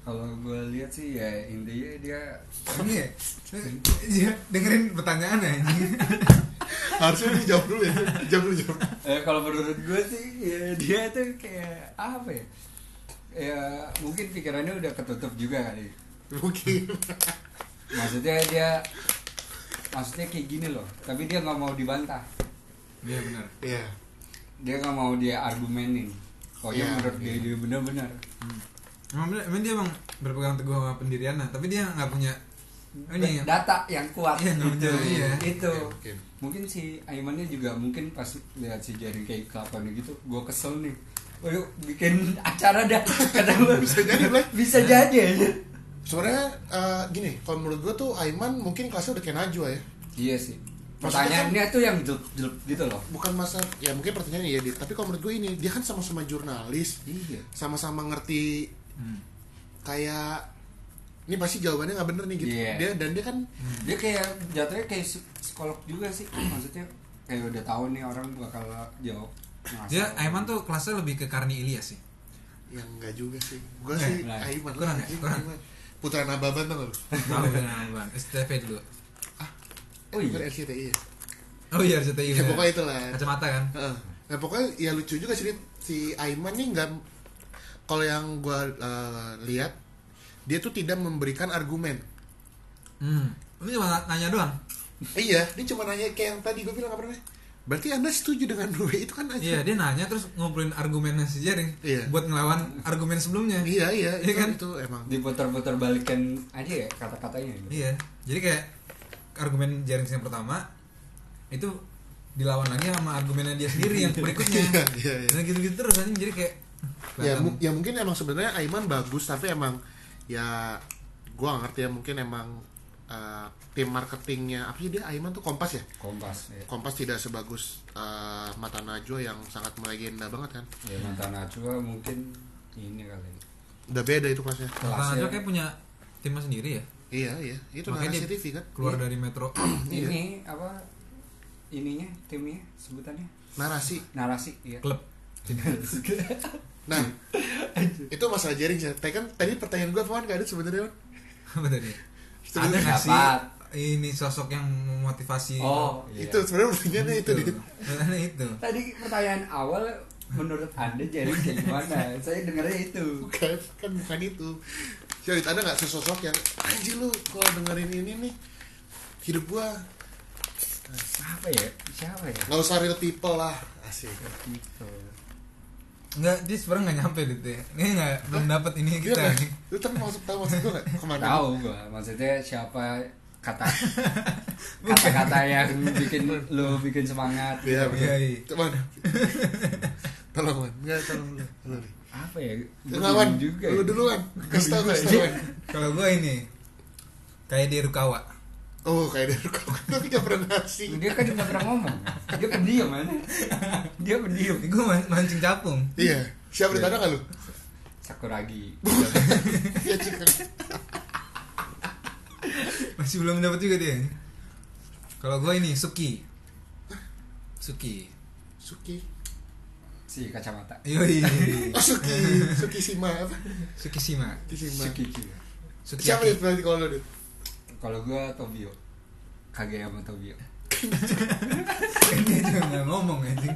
Kalau gue lihat sih ya intinya dia ini ya, dia dengerin pertanyaan ya ini. Harusnya dia jawab dulu ya. Jawab dulu jawab. eh, kalau menurut gue sih ya dia tuh kayak apa ya? Ya mungkin pikirannya udah ketutup juga kali. Mungkin. Maksudnya dia maksudnya kayak gini loh, tapi dia nggak mau dibantah. Iya benar. Iya. Dia nggak mau dia argumenin. Oh ya, Iya, menurut iya. dia dia benar-benar. Hmm. Emang, bener- emang dia emang berpegang teguh sama pendiriannya, tapi dia nggak punya ini Data yang kuat. Iya, nggak itu. punya, iya. Itu. Oke, mungkin. Mungkin si Aimannya juga mungkin pas lihat si Jaring kayak kelakuan gitu, gue kesel nih. Oh yuk bikin acara dah. Kata gue Bisa jadi, Blay. Bisa jadi aja. Sebenarnya eh, gini, kalau menurut gua tuh Aiman mungkin kelasnya udah kayak Najwa ya. Iya sih. Maksudnya Pertanyaannya tuh yang jelek-jelek gitu loh. Bukan masa ya mungkin pertanyaannya ya, Dit. Tapi kalau menurut gue ini dia kan sama-sama jurnalis, Iya. sama-sama ngerti Hmm. kayak ini pasti jawabannya nggak bener nih gitu. Iya. Dia dan dia kan Dia kayak jatuhnya kayak psi- psikolog juga sih. Maksudnya kayak udah tahu nih orang bakal jawab. ngasal. Dia Aiman tuh kelasnya lebih ke Karni Ilyas sih. yang enggak juga sih. Gua Eh, sih nah, Aiman kurang ya? anjing, Kurang. Aiman. Putra Nababan tau gak lu? Tahu kan bukan S T V dulu. Oh iya. Bukan R C T I ya? Oh iya R C T I. Ya bener. pokoknya itulah. Kacamata kan. Heeh. Nah pokoknya ya lucu juga sih Dit. Si Aiman nih nggak, kalau yang gue lihat dia tuh tidak memberikan argumen. Hmm. Lu cuma nanya doang. Eh, iya, dia cuma nanya kayak yang tadi gue bilang apa namanya. Berarti anda setuju dengan gue itu kan aja. Iya, dia nanya terus ngumpulin argumennya si Jaring Iya. buat ngelawan argumen sebelumnya. Iya iya, Iya itu, kan? itu emang. Diputar-putar balikan aja ya kata-katanya gitu. Iya. Jadi kayak argumen Jaring yang pertama itu dilawan lagi sama argumennya dia sendiri yang berikutnya. Iya, iya, iya. Dan gitu-gitu terus anjing jadi kayak Ya, kelihatan- mu- ya mungkin emang sebenarnya Aiman bagus tapi emang ya gue gak ngerti ya, mungkin emang uh, tim marketingnya apa sih dia Aiman tuh Kompas ya. Kompas ya. Kompas tidak sebagus uh, Mata Najwa yang sangat melegenda banget kan. Ya mantan Najwa mungkin ini kali. Udah beda itu kelasnya. Mata kelasnya. Najwa kayak punya timnya sendiri ya. Iya iya, itu Makanya narasi dia T V kan. Keluar Iya. dari Metro. Iya. Ini apa ininya timnya sebutannya Narasi. narasi ya. Klub. Nah, itu masalah Jaring sih. Tadi kan tadi pertanyaan gue apaan gak ada sebenarnya. Wan? Apa tadi? Ada Sebenarnya nggak sih dapat. ini sosok yang memotivasi? Oh, iya. Itu sebenarnya pertanyaannya itu, itu. Dit. Pertanyaannya itu. Tadi pertanyaan awal menurut Anda Jaring kayak gimana? Saya dengarnya itu. Bukan, kan bukan itu. Jadi ada nggak sesosok yang anjir lu kalau dengerin ini nih hidup gua Apa ya? Siapa ya? nggak usah real people lah, asik. Gitu. Enggak, dia sebenarnya nggak nyampe gitu ya. Ini nggak belum dapat ini Dia kita. nggak, nih. lu tapi maksud tahu maksud gua nggak kemana? Tahu gua, maksudnya siapa kata kata-kata yang bikin lu bikin semangat. Iya, Iya, betul. iya. Cuman, tolong man, nggak tolong lu, lu nih. Apa ya? Gua Nggak, Wan, bingung juga. lu ya. duluan, kasih tahu kasih tahu. Wan. Kalau gue ini kayak di Rukawa. Oh kayak dari kau, tapi nggak pernah ngasih. Dia kan nggak pernah ngomong. Dia pendiam mana? Dia pendiam. Ini gue mancing capung. Iya, siapa di tanah nggak lu? Sakuragi. Iya cik. Masih belum dapat juga dia. Kalau gue ini Suki. Suki. Suki. Si kacamata. Yoi. Oh Suki, Suki Sima apa? Suki Shima. Suki Sima. Suki. Suki. Siapa nih berarti kalau lu? Dit? Kalau gua Tobio. Kageyama Tobio. Dia juga nggak ngomong anjing.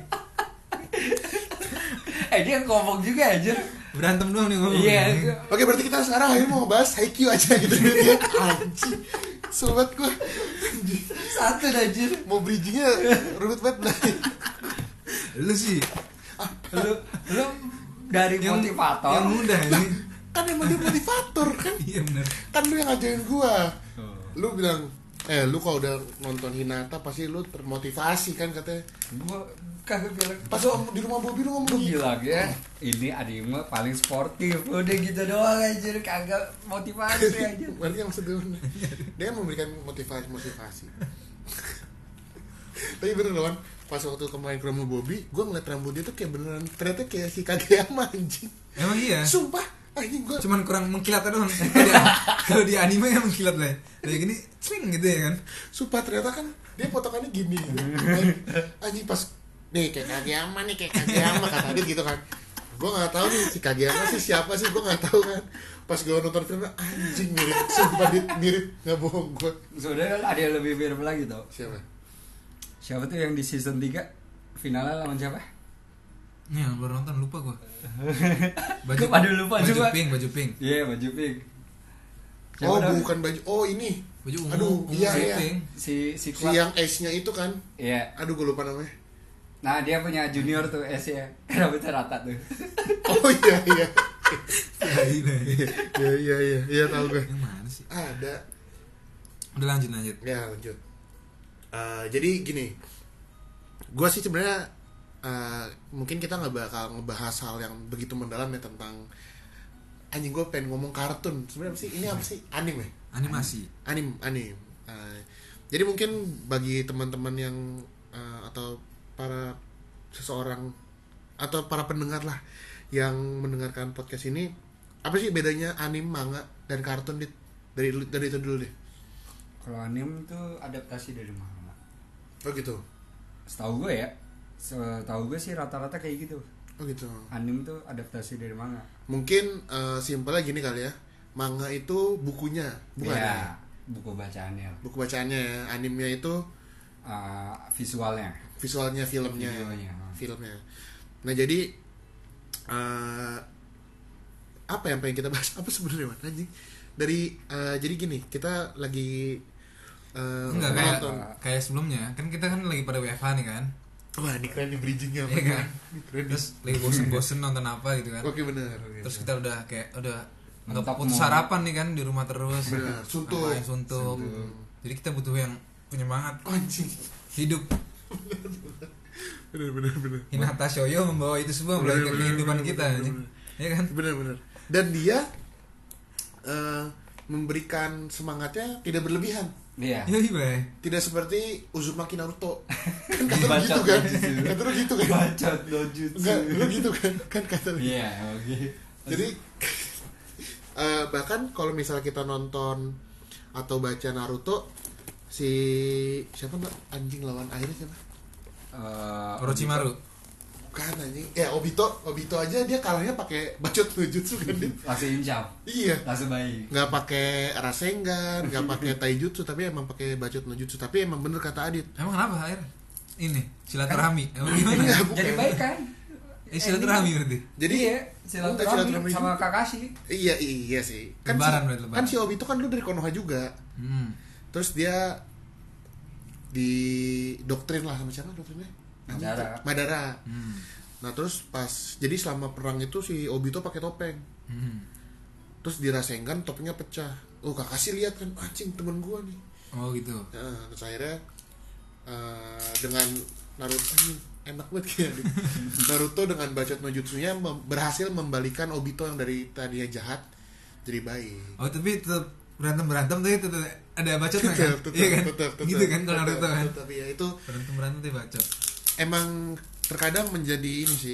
Eh dia ngomong juga aja. Berantem doang nih ngomong. Iya. anjing. Oke berarti kita sekarang akhirnya mau bahas Haikyuu aja gitu ya. Anjing. Sobat gua. Anjing. Satu aja. Mau bridgingnya rumit banget lah. Lu sih Lu lu dari yang motivator. yang mudah ini. Kan emang dia motivator kan. Iya benar. Kan lu yang ngajarin gua. Oh. Lu bilang, eh lu kalau udah nonton Hinata pasti lu termotivasi kan katanya. Gua kagak bilang. Pas lu di rumah Bobby lu ngomong Gua gitu. bilang ya, ini Adima paling sportif. Udah gitu doang aja, kagak motivasi aja. Berarti yang sederhana. Dia memberikan motivasi-motivasi. Tapi bener loh, Wan. Pas waktu kemarin ke rumah Bobby, gue ngeliat rambut dia tuh kayak beneran, ternyata kayak si Kageyama anjing. Emang iya. Sumpah, anjing gue. Cuman kurang mengkilat doang. Kalau di- Kalau di anime ya mengkilat lah. Kayak gini, swing gitu ya kan. Sumpah ternyata kan dia potongannya gini gitu. Anjing pas nih kayak Kageyama nih kayak Kageyama kata dia gitu kan. gue nggak tahu nih si Kageyama sih siapa sih, gue nggak tahu kan. Pas gue nonton filmnya anjing mirip, sumpah mirip, nggak bohong gue. Sebenarnya ada yang lebih mirip lagi tau. Siapa? Siapa tuh yang di season tiga finalnya lawan siapa? Nih yang baru nonton lupa gue. Baju pada lupa baju juga. pink, baju pink. Iya yeah, baju pink. Siapa Oh namanya? bukan baju, oh ini. Baju ungu. Aduh, ungu iya, pink. iya. Si si Si Kuat. yang Ace-nya itu kan. Iya. Aduh gue lupa namanya. Nah dia punya junior tuh S ya. Rambutnya rata tuh. Oh iya iya. Ya, iya. Iya iya iya, iya tahu gue. Yang mana sih? Ada. Udah lanjut lanjut. Ya lanjut. Uh, jadi gini, gue sih sebenarnya uh, mungkin kita nggak bakal ngebahas hal yang begitu mendalam ya tentang anjing. Gue pengen ngomong kartun. Sebenarnya apa sih ini, apa sih, anime? Animasi. Anim anim. Uh, jadi mungkin bagi teman-teman yang uh, atau para seseorang atau para pendengar lah yang mendengarkan podcast ini, apa sih bedanya anim, manga dan kartun? Dit? Dari dari itu dulu deh. Kalau anime tuh adaptasi dari manga. Oh gitu. Setahu gue ya, setahu gue sih rata-rata kayak gitu. Oh gitu. Anime tuh adaptasi dari manga. Mungkin uh, simpelnya gini kali ya. Manga itu bukunya, bukan ya, ya? buku bacaannya. Buku bacaannya ya. Animenya itu uh, visualnya. Visualnya, filmnya. Videonya. Filmnya. Nah, jadi uh, apa yang pengen kita bahas? Apa sebenarnya, Man? Anjing. Dari uh, jadi gini, kita lagi uh, Enggak kayak nonton. kayak sebelumnya. Kan kita kan lagi pada W F H nih kan. Wah, ini keren nih bridgingnya. Iya kan? Ini keren. Terus lagi bosen-bosen nonton apa gitu kan. Oke, benar. Terus kita udah kayak udah nggak Mentok putus mau- sarapan nih kan di rumah terus. Benar, suntuk. Main suntuk. Jadi kita butuh yang penyemangat Anjing. hidup. Benar, benar, benar. Hinata Shoyo membawa itu semua Bener, ke bener, kehidupan bener, kita bener, anjing. bener. Ya kan? Benar-benar. Dan dia uh, memberikan semangatnya tidak berlebihan. Iya. Iya iya. Tidak seperti Uzumaki Naruto. Kan kata lu Bacot gitu kan? dojutsu. Kata lu gitu kan? Bacot dojutsu. Enggak, lu gitu kan? Kan kata lu. Iya, oke. Jadi uh, bahkan kalau misalnya kita nonton atau baca Naruto, si siapa mbak anjing lawan airnya siapa? Uh, Orochimaru. Bukan anjing. Ya Obito, Obito aja dia kalahnya pakai bacot nojutsu kan dia. langsung incap. Iya. Langsung baik. Nggak pakai Rasengan, nggak pakai Taijutsu, tapi emang pakai bacot nojutsu. Tapi emang bener kata Adit. Emang kenapa air? Ini silaturahmi. Emang gimana? Enggak, bukan. Jadi baik kan? Eh silaturahmi berarti. Jadi iya, Bukan silaturahmi silaturahmi sama juga. Kakashi. Iya iya sih. Kan Lebaran si, berarti, lebaran. kan si Obito kan dulu dari Konoha juga. Hmm. Terus dia di doktrin lah sama siapa doktrinnya? Madara. Madara. Hmm. Nah terus pas jadi selama perang itu si Obito pakai topeng. Hmm. Terus di Rasengan topengnya pecah. Oh Kakashi lihat kan, anjing temen gua nih. Oh gitu. Nah, terus akhirnya uh, dengan Naruto anjing, enak banget kayaknya. Naruto dengan bacot no jutsunya mem- berhasil membalikan Obito yang dari tadinya jahat jadi baik. Oh tapi tetap berantem berantem tapi tetap ada bacotnya kan? Tetap, tetap, Iya kan? tetap, tetap, Gitu kan kalau tetap, Naruto kan? tetap, ya itu Berantem berantem tapi bacot. emang terkadang menjadi ini sih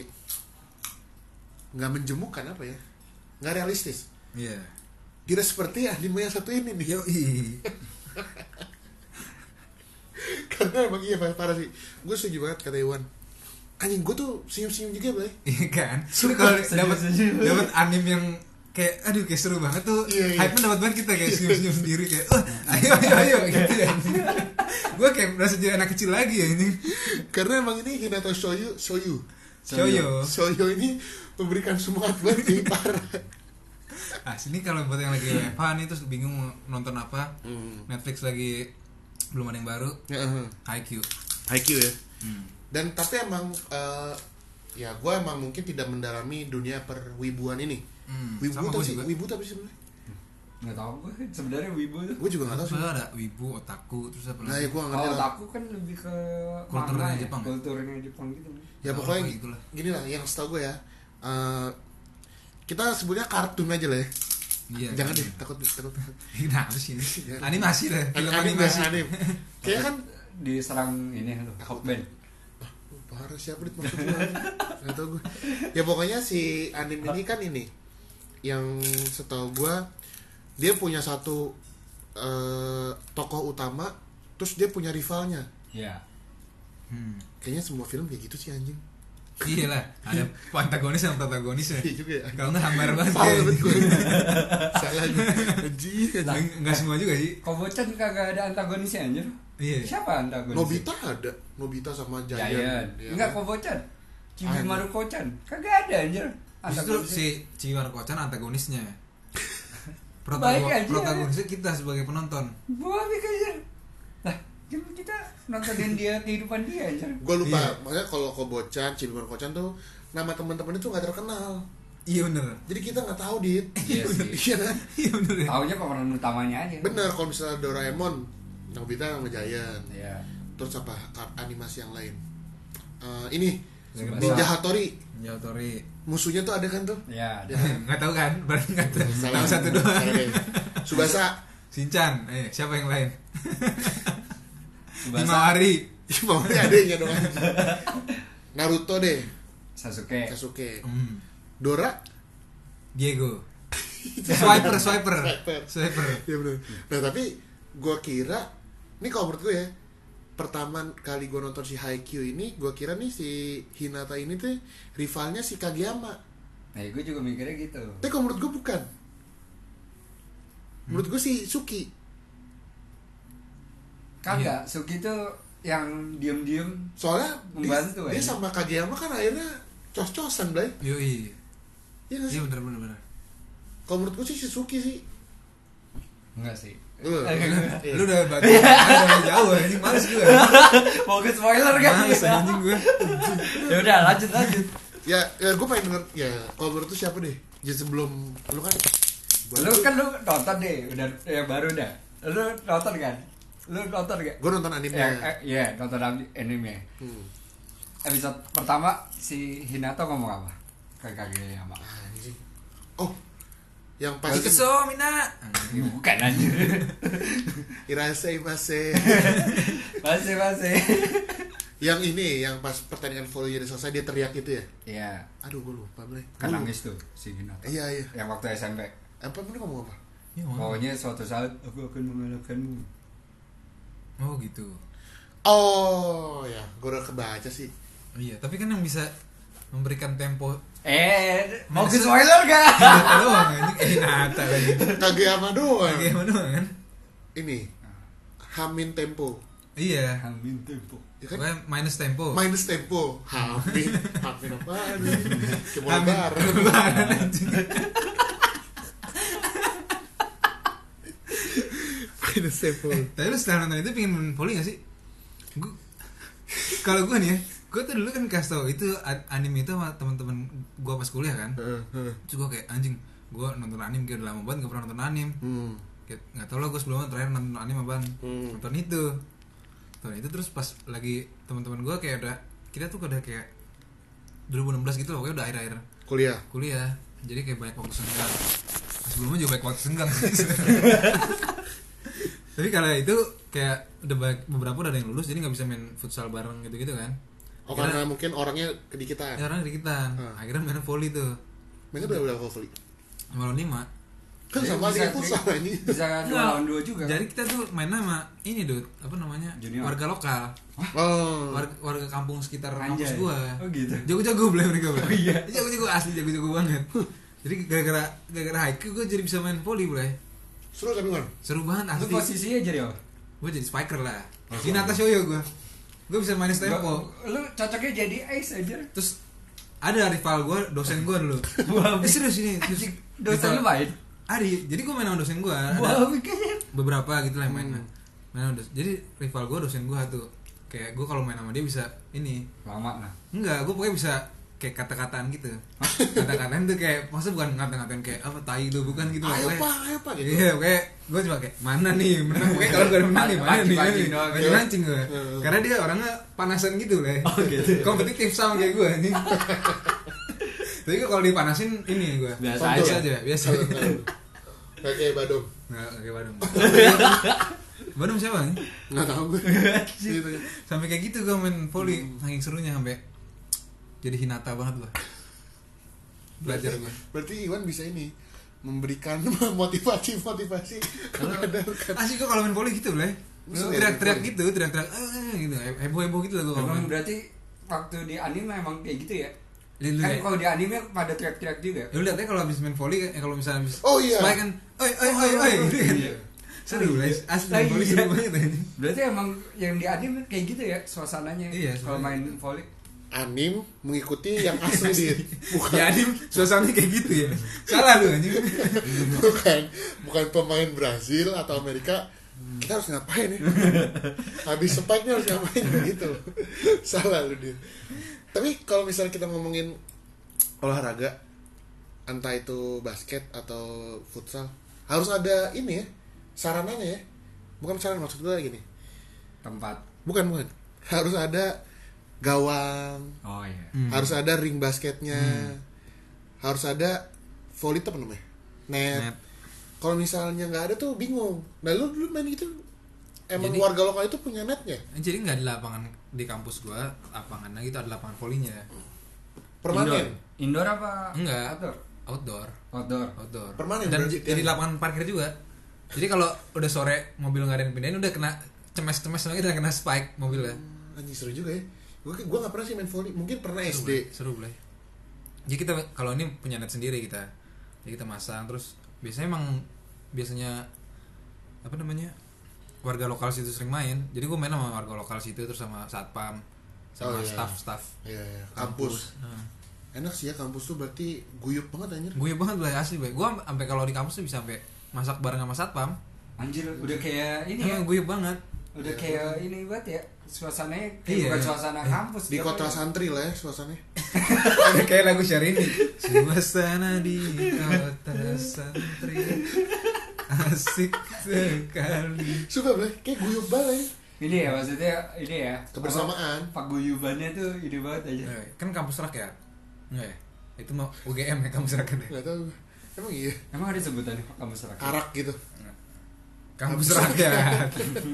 nggak menjemukan apa ya, nggak realistis. Iya. Tidak seperti anime yang satu ini nih. Yoi. Karena emang iya parah sih. Gue setuju banget kata Iwan. Anjing gue tuh senyum-senyum juga Blay. Iya kan? Sumpah, Kalau dapat senyum-senyum. dapat anime yang kayak aduh kayak seru banget tuh. Iya, iya. Hype-nya dapat banget kita kayak senyum-senyum sendiri kayak oh, ayo ayo ayo gitu ya. Gue kayak merasa jadi anak kecil lagi ya ini. Karena emang ini Hinata Shoyu Shoyu Shoyo. Shoyu ini memberikan semangat banget nih parah. Ah sini kalau buat yang lagi W F H nih terus bingung mau nonton apa, Hmm. Netflix lagi belum ada yang baru, Ya, uh, Haikyuu. Haikyuu ya. Hmm. Dan tapi emang uh, ya gue emang mungkin tidak mendalami dunia perwibuan ini. Hmm, Wibu sama tau gua sih, juga. wibu tapi sebenarnya. Nggak tahu gue sebenarnya wibu tuh. Gue juga nggak tahu sih. Apa ada wibu, otaku, terus apa Nah lagi? ya gue nggak ngerti Kalau lah. aku kan lebih ke Kulturnya manga ya, Jepang ya? kulturnya Jepang gitu. Ya Oh, pokoknya kayak gitulah. gini lah, yang setahu gue ya. Uh, kita sebutnya kartun aja lah ya. Iya. Jangan kan? deh, takut takut. takut. Kenapa sih? Jangan. Animasi deh, film Anim animasi. ya, anim. Kayak kan Diserang ini tuh, Hawkman. oh, parah siapa dit maksud lu? Nggak tahu gue. Ya pokoknya si anime ini kan ini yang setahu gue dia punya satu uh, tokoh utama, terus dia punya rivalnya. Iya. Hmm. Kayaknya semua film kayak gitu sih anjing. Iya lah, ada antagonis sama protagonisnya. Iya juga ya. Kalau nggak hambar banget. Salah kayak- banget gue. Salah nih. Anjing. Nggak- Nggak semua juga sih. Kobocan kagak ada antagonisnya anjir. Iya. Siapa antagonis? Nobita ada. Nobita sama Giant. Giant. Ya Enggak kan? Kobocan. Ada. Cibimaru Kocan. Kagak ada anjir. Justru Antagonisnya. si Ciwar Kocan antagonisnya. Baik Protago- aja. protagonisnya kita sebagai penonton. Baik aja. Lah, kan kita nontonin dia kehidupan dia anjir. Gue lupa. Iya. Makanya kalau Kobocan, Cibimaru Kocan tuh nama teman-teman itu nggak terkenal. Iya bener. Jadi kita nggak tahu dit. Iya sih. Iya kan? Iya bener ya. Taunya pemeran utamanya aja. Bener kalau misalnya Doraemon, Nobita sama Giant. Iya. Terus apa kart animasi yang lain? Eh, ini Tsubasa. Ninja Hattori. Ya Tori. Musuhnya tuh ada kan tuh? Iya. Ya. Nggak tahu kan? Berarti nggak tahu. Salah. Tahu satu doang. Salah deh. Subasa. Shinchan. Eh siapa yang lain? Tsubasa. Himawari. Mau adanya dong. Naruto deh. Sasuke. Sasuke. Hmm. Dora. Diego. Swiper, swiper. Swiper. Swiper. Iya benar. Nah tapi gue kira, ini kalau menurut gue ya, pertama kali gue nonton si Haikyuu ini, gue kira nih si Hinata ini tuh rivalnya si Kageyama. Nah, gue juga mikirnya gitu. Tapi kalau menurut gue bukan. Menurut gue si Suki. Kagak, Suki tuh yang diem-diem. Soalnya Membantu, dia, dia ya. sama Kageyama kan akhirnya cos-cosan, Blay. Yoi. Iya gak sih? Iya bener bener bener. Kalau menurut gue sih si Suki sih. Enggak sih. Uh, iya. Lu udah batu, udah jauh anjing, males gue. Mau ke spoiler kan? Males anjing gue. Ya udah, lanjut lanjut. Ya, ya gue pengen denger. Ya, kalau menurut tuh siapa deh? Jadi sebelum lu kan. Lu kan lu nonton deh, udah yang baru dah. Lu nonton kan? Lu nonton gak? Gue nonton anime. Ya, eh, iya, nonton anime. Hmm. Episode pertama si Hinata ngomong apa? Ke Kageyama. Anjing. Oh, yang pas Ikeso Mina. Bukan anjir. Irasei Mase. Masih masih. Yang ini, yang pas pertandingan volley jadi selesai dia teriak itu ya. Iya, Aduh, gue lupa, Blay. kan nangis tuh si Hinata. Iya, iya. Yang waktu S M P. Apa bener ngomong apa? Iya, mau. Pokoknya suatu saat aku akan mengalahkanmu. Oh gitu. Oh, ya, gue udah kebaca sih. Iya, tapi kan yang bisa memberikan tempo Eh, mau ke Maksud- spoiler gak? Hinata doang anjing. Eh Hinata lagi. Kageyama doang. Bagaimana doang kan? Ini Hamin tempo. Iya. Amin tempo. Ya kan? Pokoknya minus tempo. Minus tempo. Hamin. Hamin apaan? Cuma Amin. lebaran. Lebaran, anjing. Minus tempo. Tapi lu setelah nonton itu pengen main volley gak sih? Gua, kalau gue nih ya, gue tuh dulu kan kasih tau itu a- anime itu sama teman-teman gue pas kuliah kan. Heeh, heeh. Terus gue kayak anjing, gue nonton anime kayak udah lama banget gak pernah nonton anime. Hmm. Kayak nggak tau lah gue sebelumnya terakhir nonton anime apaan. Hmm. Nonton itu, nonton itu terus pas lagi teman-teman gue kayak udah kita tuh udah kayak dua ribu enam belas gitu loh, pokoknya udah akhir-akhir Kuliah. kuliah. Jadi kayak banyak waktu senggang. Nah, sebelumnya juga banyak waktu senggang sih. Tapi kalau itu kayak udah banyak, beberapa udah ada yang lulus jadi nggak bisa main futsal bareng gitu-gitu kan. Oh, Akhirnya- karena mungkin orangnya kedikitan. Ya orang dikitan. Hmm. Akhirnya main volley tuh. Mainnya berapa berapa volley? Malam lima. Kan Jadi sama bisa- dia futsal ini. Bisa dua lawan dua juga. Jadi kita tuh main sama ini Dut, apa namanya? Junior. Warga lokal. Oh. Warga, warga kampung sekitar kampus Anjay. gua. Oh gitu. Jago-jago boleh mereka boleh. Oh iya. Jago-jago asli jago-jago banget. Jadi gara-gara gara-gara Haikyuu gua jadi bisa main volley boleh. Seru tapi kan? Seru banget Lu asli. posisinya jadi apa? Gue jadi spiker lah. Hinata Shoyo gue. Gue bisa main tempo. Lu cocoknya jadi ace aja. Terus ada rival gue, dosen gue dulu. Wah, Eh serius ini. Terus Anjing, dosen lu main? Ari, jadi gue main sama dosen gue. Wah, Ada mikirnya. beberapa gitu lah yang main. Main sama dosen. Jadi rival gue dosen gue tuh. Kayak gue kalau main sama dia bisa ini. Lama nah. Enggak, gue pokoknya bisa kayak kata-kataan gitu. Kata-kataan tuh kayak maksudnya bukan ngata-ngatain kayak apa tai lu bukan gitu loh. Ayo Pokoknya- pak, ayo pak gitu. Iya, kayak gue cuma kayak mana nih menang. Pokoknya kalau gue menang nih mana nih, mana nih. Mancing-mancing doang, Mancing ya. mancing gue. Heeh. Karena dia orangnya panasan gitu lah. Oh, gitu. Kompetitif sama kayak gue nih. Tapi kalau dipanasin ini gue. Biasa biasa aja. aja, biasa. Oke, Badung. Nggak kayak Badung. Badung siapa nih? Nggak tahu gue. Gitu ya. Sampai kayak gitu gue main volley, saking serunya sampai jadi Hinata banget gue. Belajar gue. Berarti Iwan bisa ini memberikan motivasi-motivasi kepada Asik gue kalau main volley gitu lah. Seru ya, Teriak-teriak volley? gitu, teriak-teriak eh gitu, heboh-heboh gitu lah gue kalau Emang main. berarti waktu di anime emang kayak gitu ya. Lihat Kan ya. kalau di anime pada teriak-teriak juga. Ya lu lihat aja kalau habis main volley eh, kalau misalnya habis Oh, iya. spike kan, oi oi oi oi gitu kan. Iya. Seru guys, asli Lah, volley iya. seru banget ini. Berarti emang yang di anime kayak gitu ya suasananya. Iya, Kalau main suasananya. volley. Anim mengikuti yang asli dia. Bukan. Ya anime suasananya kayak gitu ya. Salah lu anjing. bukan bukan pemain Brazil atau Amerika. Kita harus ngapain ya? Habis spike-nya harus ngapain gitu. Salah lu dia. Tapi kalau misalnya kita ngomongin olahraga, entah itu basket atau futsal, harus ada ini ya, sarananya ya. Bukan saran, maksud gue gini. Tempat. Bukan, bukan. Harus ada gawang, Oh iya. Hmm. harus ada ring basketnya, harus ada volley apa namanya? Net. Net. Kalau misalnya nggak ada tuh bingung. Nah lu dulu main gitu, emang Jadi- warga lokal itu punya netnya? Jadi nggak ada lapangan di kampus gua, lapangannya gitu ada lapangan volleynya. Permanen. Indoor, Indoor apa? Enggak. Outdoor. Outdoor. Outdoor. Outdoor. Permanen Dan berarti j- jadi tiang. lapangan parkir juga. Jadi kalau udah sore mobil nggak ada yang pindahin udah kena cemes-cemes lagi, udah kena spike mobilnya. Anjing seru juga ya. Gue gue nggak pernah sih main volley. Mungkin pernah S Seru, D. Blay. Seru boleh. Jadi kita kalau ini punya net sendiri kita. Jadi kita masang terus biasanya emang biasanya apa namanya? Warga lokal situ sering main. Jadi gue main sama warga lokal situ terus sama satpam sama Oh, iya. staff-staff Iya, iya. Kampus. Nah, Enak sih ya kampus tuh, berarti guyup banget anjir. gue banget lah asli, gue sampai kalau di kampus tuh bisa sampai masak bareng sama satpam. Anjir, udah kayak ini ya. Emang gue banget. Udah Iya. kayak ini banget ya. Suasananya kayak Iya. bukan suasana Eh, kampus. Di jatuhnya. kota santri lah ya suasananya. Ada kayak lagu Syahrini. Suasana di kota santri asik sekali. Suka banget, kayak guyup banget ya. Ini ya maksudnya ini ya. Kebersamaan. Apa, paguyubannya tuh ide banget aja. Eh, Kan kampus rakyat. Enggak ya? Itu mau U G M ya kampus rakyat ya? Gak tau. Emang iya. Emang ada sebutannya kampus rakyat? Karak gitu. Kampus rakyat.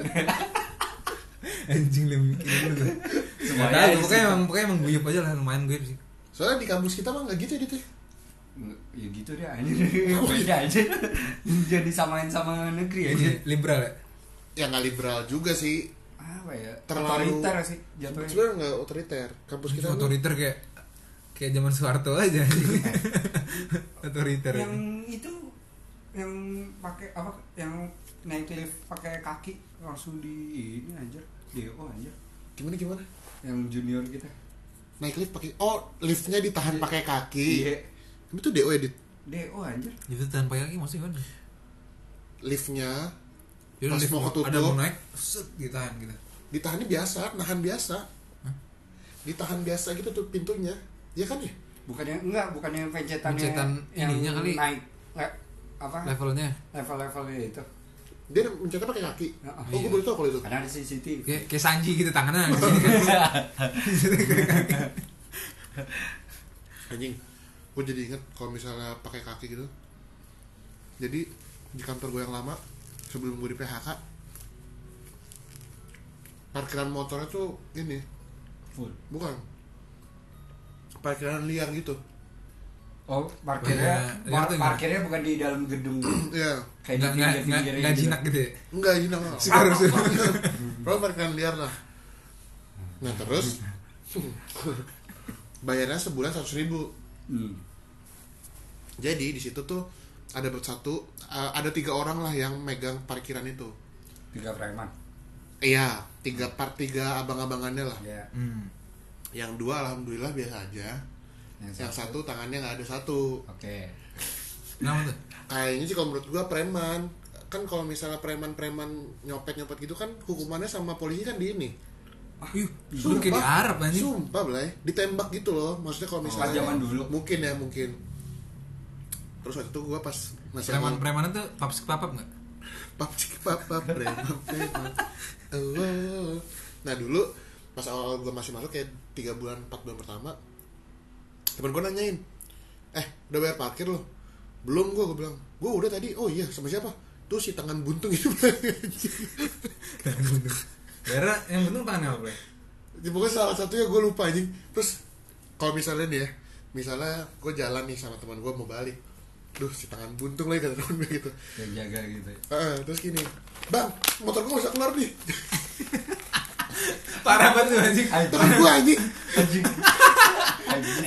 Anjing lu mikir dulu. Semuanya Enggak tahu, di pokoknya situ. emang pokoknya emang guyup aja lah, lumayan guyup sih. Soalnya di kampus kita mah nggak gitu ya gitu. Ya gitu deh anjir. Beda aja. Jadi samain sama negeri aja. Jadi liberal ya. Ya nggak liberal juga sih. Apa ya? Terlalu- Otoriter sih jatuhnya. Sebenarnya nggak otoriter. Kampus kita tuh- Otoriter kayak kayak zaman Soeharto aja. Otoriter. Yang itu yang pakai apa yang naik lift pakai kaki langsung di ini anjir. D O anjir. gimana gimana? Yang junior kita. Naik lift pakai, oh liftnya ditahan pakai kaki. Iya. Itu D O edit. D O anjir. Itu tanpa kaki maksudnya kan? Liftnya Jadi Pas lift mau mau ketutup. ada mau naik, set ditahan gitu. ditahannya biasa, nahan biasa. Hah? Ditahan biasa gitu tuh pintunya. Ya kan ya? Bukannya enggak, bukannya pencetannya Pencetan yang ininya kali. naik le- apa Levelnya level-levelnya itu. Dia mencetnya pakai kaki. Oh, Oh, iya. gue baru tau kalau itu. Karena ada C C T V. kayak kayak Sanji gitu tangannya di sini kan. Anjing. Gue jadi inget kalau misalnya pakai kaki gitu. Jadi di kantor gue yang lama sebelum gue di P H K, parkiran motornya tuh ini, Full. bukan parkiran liar gitu. Oh, parkirnya Lihat par- tuh nggak? parkirnya bukan di dalam gedung. Iya. Kayak nggak di nggak pinggir-pinggir nggak nggak gitu. jinak gitu ya. Enggak, ini enggak. Sekarang sih. Kalau parkiran liar lah. Nah terus bayarnya sebulan seratus ribu. Hmm. Jadi di situ tuh ada satu, uh, ada tiga orang lah yang megang parkiran itu. Tiga preman. Iya, tiga part tiga abang-abangannya lah. Ya. Hmm. Yang dua alhamdulillah biasa aja. Yang, Yang satu tangannya nggak ada satu. Oke. Kenapa tuh? Kayaknya sih kalau menurut gua preman. Kan kalau misalnya preman-preman nyopet-nyopet gitu kan hukumannya sama polisi kan di ini. Yuh, lu kayak di Arab anjing. Sumpah Blay, ditembak gitu loh. Maksudnya kalau Pas misalnya zaman dulu. mungkin ya mungkin. Terus waktu itu gua pas masih awal Preman-preman itu paps papap enggak? papcik papa preman preman. Oh. Nah dulu pas awal gua masih masuk kayak tiga bulan empat bulan pertama, temen gua nanyain, eh udah bayar parkir lo? Belum, gua gua bilang, gua udah tadi. Oh iya, sama siapa? Tuh si tangan buntung itu. Tangan buntung. Daerah yang buntung tangan apa, Bre? Ya, pokoknya salah satunya gue lupa anjing. Terus kalau misalnya nih ya, misalnya gue jalan nih sama teman gue mau balik, duh si tangan buntung lagi kata temen gue gitu. Yang jaga gitu. Ah, terus gini, bang motor gue gak usah keluar nih. Parah banget tuh anjing. Temen gue anjing. Anjing. Anjing.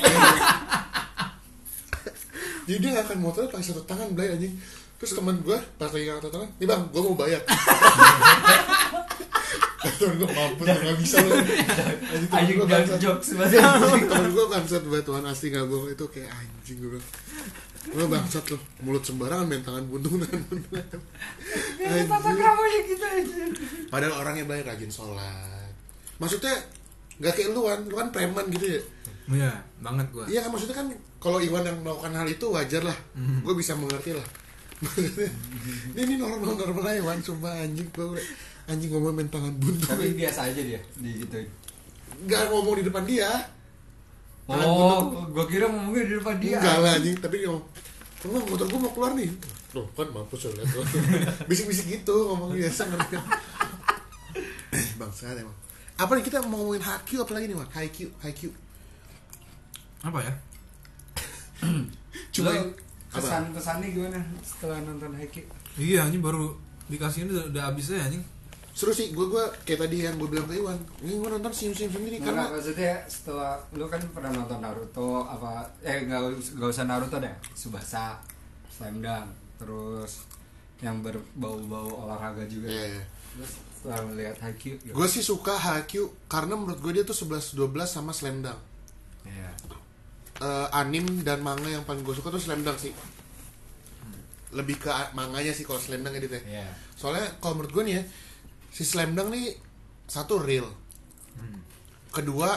Jadi dia ngangkat motor pakai satu tangan belai anjing. Terus teman gue pas lagi ngangkat tangan, nih bang, gue mau bayar. Temen gue mampus, gak bisa loh. Anjing dan jokes banget. Temen gue bangsat batuan asli gak bohong. Itu kayak anjing gue bilang, gue bangsat loh, mulut sembarangan main tangan buntungan. Tata keramanya gitu aja. Padahal orangnya baik, rajin sholat. Maksudnya gak kayak lu kan, lu kan preman gitu ya. Iya, banget gua. Iya kan, maksudnya kan kalau Iwan yang melakukan hal itu wajar lah. Mm. Gue bisa mengerti lah. ini ini normal-normal aja Wan, sumpah anjing gue anjing ngomong main tangan buntung. Tapi biasa aja dia digituin. Gak ngomong di depan dia. Tangan Oh, gue kira ngomongnya di depan dia. Enggak lah anjing, tapi dia ngomong, "Tunggu, motor gue mau keluar nih." Loh, kan mampus ya lihat tuh. Bisik-bisik gitu ngomong biasa ngerti. Bangsat emang. Apa nih kita mau ngomongin H Q apa lagi nih, Wan? H Q, H Q. Apa ya? Cuma Lo kesan-kesannya gimana setelah nonton Heki? Iya anjing baru dikasihin udah, udah habis aja anjing. seru sih, gue gue kayak tadi yang gue bilang ke Iwan, ini gue nonton sim-sim sendiri Nggak, karena maksudnya setelah lu kan pernah nonton Naruto apa eh nggak nggak usah Naruto deh, Tsubasa, Slam Dunk, terus yang berbau-bau olahraga juga. Iya, iya. Terus setelah melihat Haikyuu gitu. Gue sih suka H Q karena menurut gue dia tuh sebelas dua belas sama Slam Dunk. Iya. Uh, anim dan manga yang paling gue suka tuh Slam Dunk sih. Lebih ke manganya sih kalau Slam Dunk editnya. Iya. Soalnya kalau menurut gue nih ya, si Slam Dunk nih satu real. Hmm. Kedua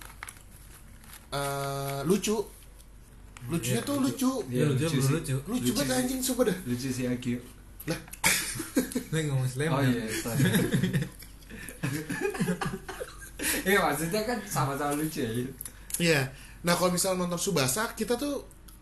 uh, lucu. Lucunya Iya, tuh lucu. Iya, lucu, lucu lucu, sih. lucu. Lucu banget anjing, sumpah dah. Lucu sih Haikyuu. Lah, Lagi ngomong slam. Oh ya? iya, sorry. Iya maksudnya kan sama-sama lucu ya. iya. Nah, kalau misalnya nonton Tsubasa, kita tuh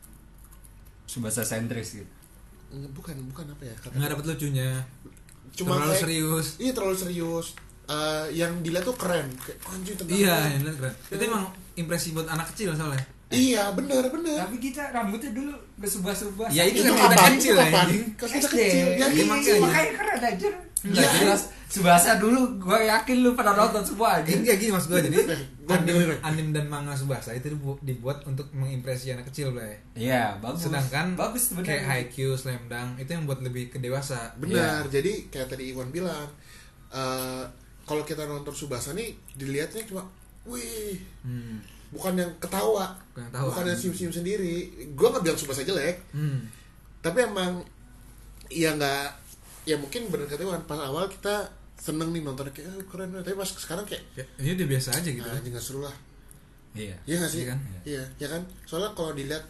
Tsubasa sentris gitu. bukan bukan apa ya? Nggak dapet lucunya. Cuma Terlalu kayak- serius. Iya, terlalu serius. Uh, yang dilihat tuh keren. Kayak anjing tentang Iya, keren. yang lihat keren. Itu emang impresi buat anak kecil soalnya. Iya, benar benar. Tapi kita rambutnya dulu besubah-subah. Ya, itu Itu kan kita kapan? kecil Itu kapan? anjing. Kelas kita S D. kecil. Ya, Iya, iya, makanya. Makanya keren aja. Enggak, Enggak jelas. Subasa dulu gue yakin lu pernah nonton semua aja. Enggak gini maksud gue jadi Gua anim, dengerin. anim dan manga Tsubasa itu dibu- dibuat untuk mengimpresi anak kecil, Blay. Iya, bagus. Sedangkan bagus kayak Haikyuu, Slam Dunk itu yang buat lebih ke dewasa. Benar. Jadi kayak tadi Iwan bilang, uh, kalau kita nonton Tsubasa nih dilihatnya cuma, wih, Hmm. bukan yang ketawa, Bukan yang ketawa. bukan yang sim-sim sendiri. Gue nggak bilang Tsubasa jelek, Hmm. tapi emang ya nggak, ya mungkin bener kata Iwan, pas awal kita seneng nih nontonnya kayak oh, keren, tapi pas sekarang kayak Ya, ini udah biasa aja gitu. ah, anjing nggak seru lah. Iya. Iya nggak sih? Iya kan? Iya, ya kan. Soalnya kalau dilihat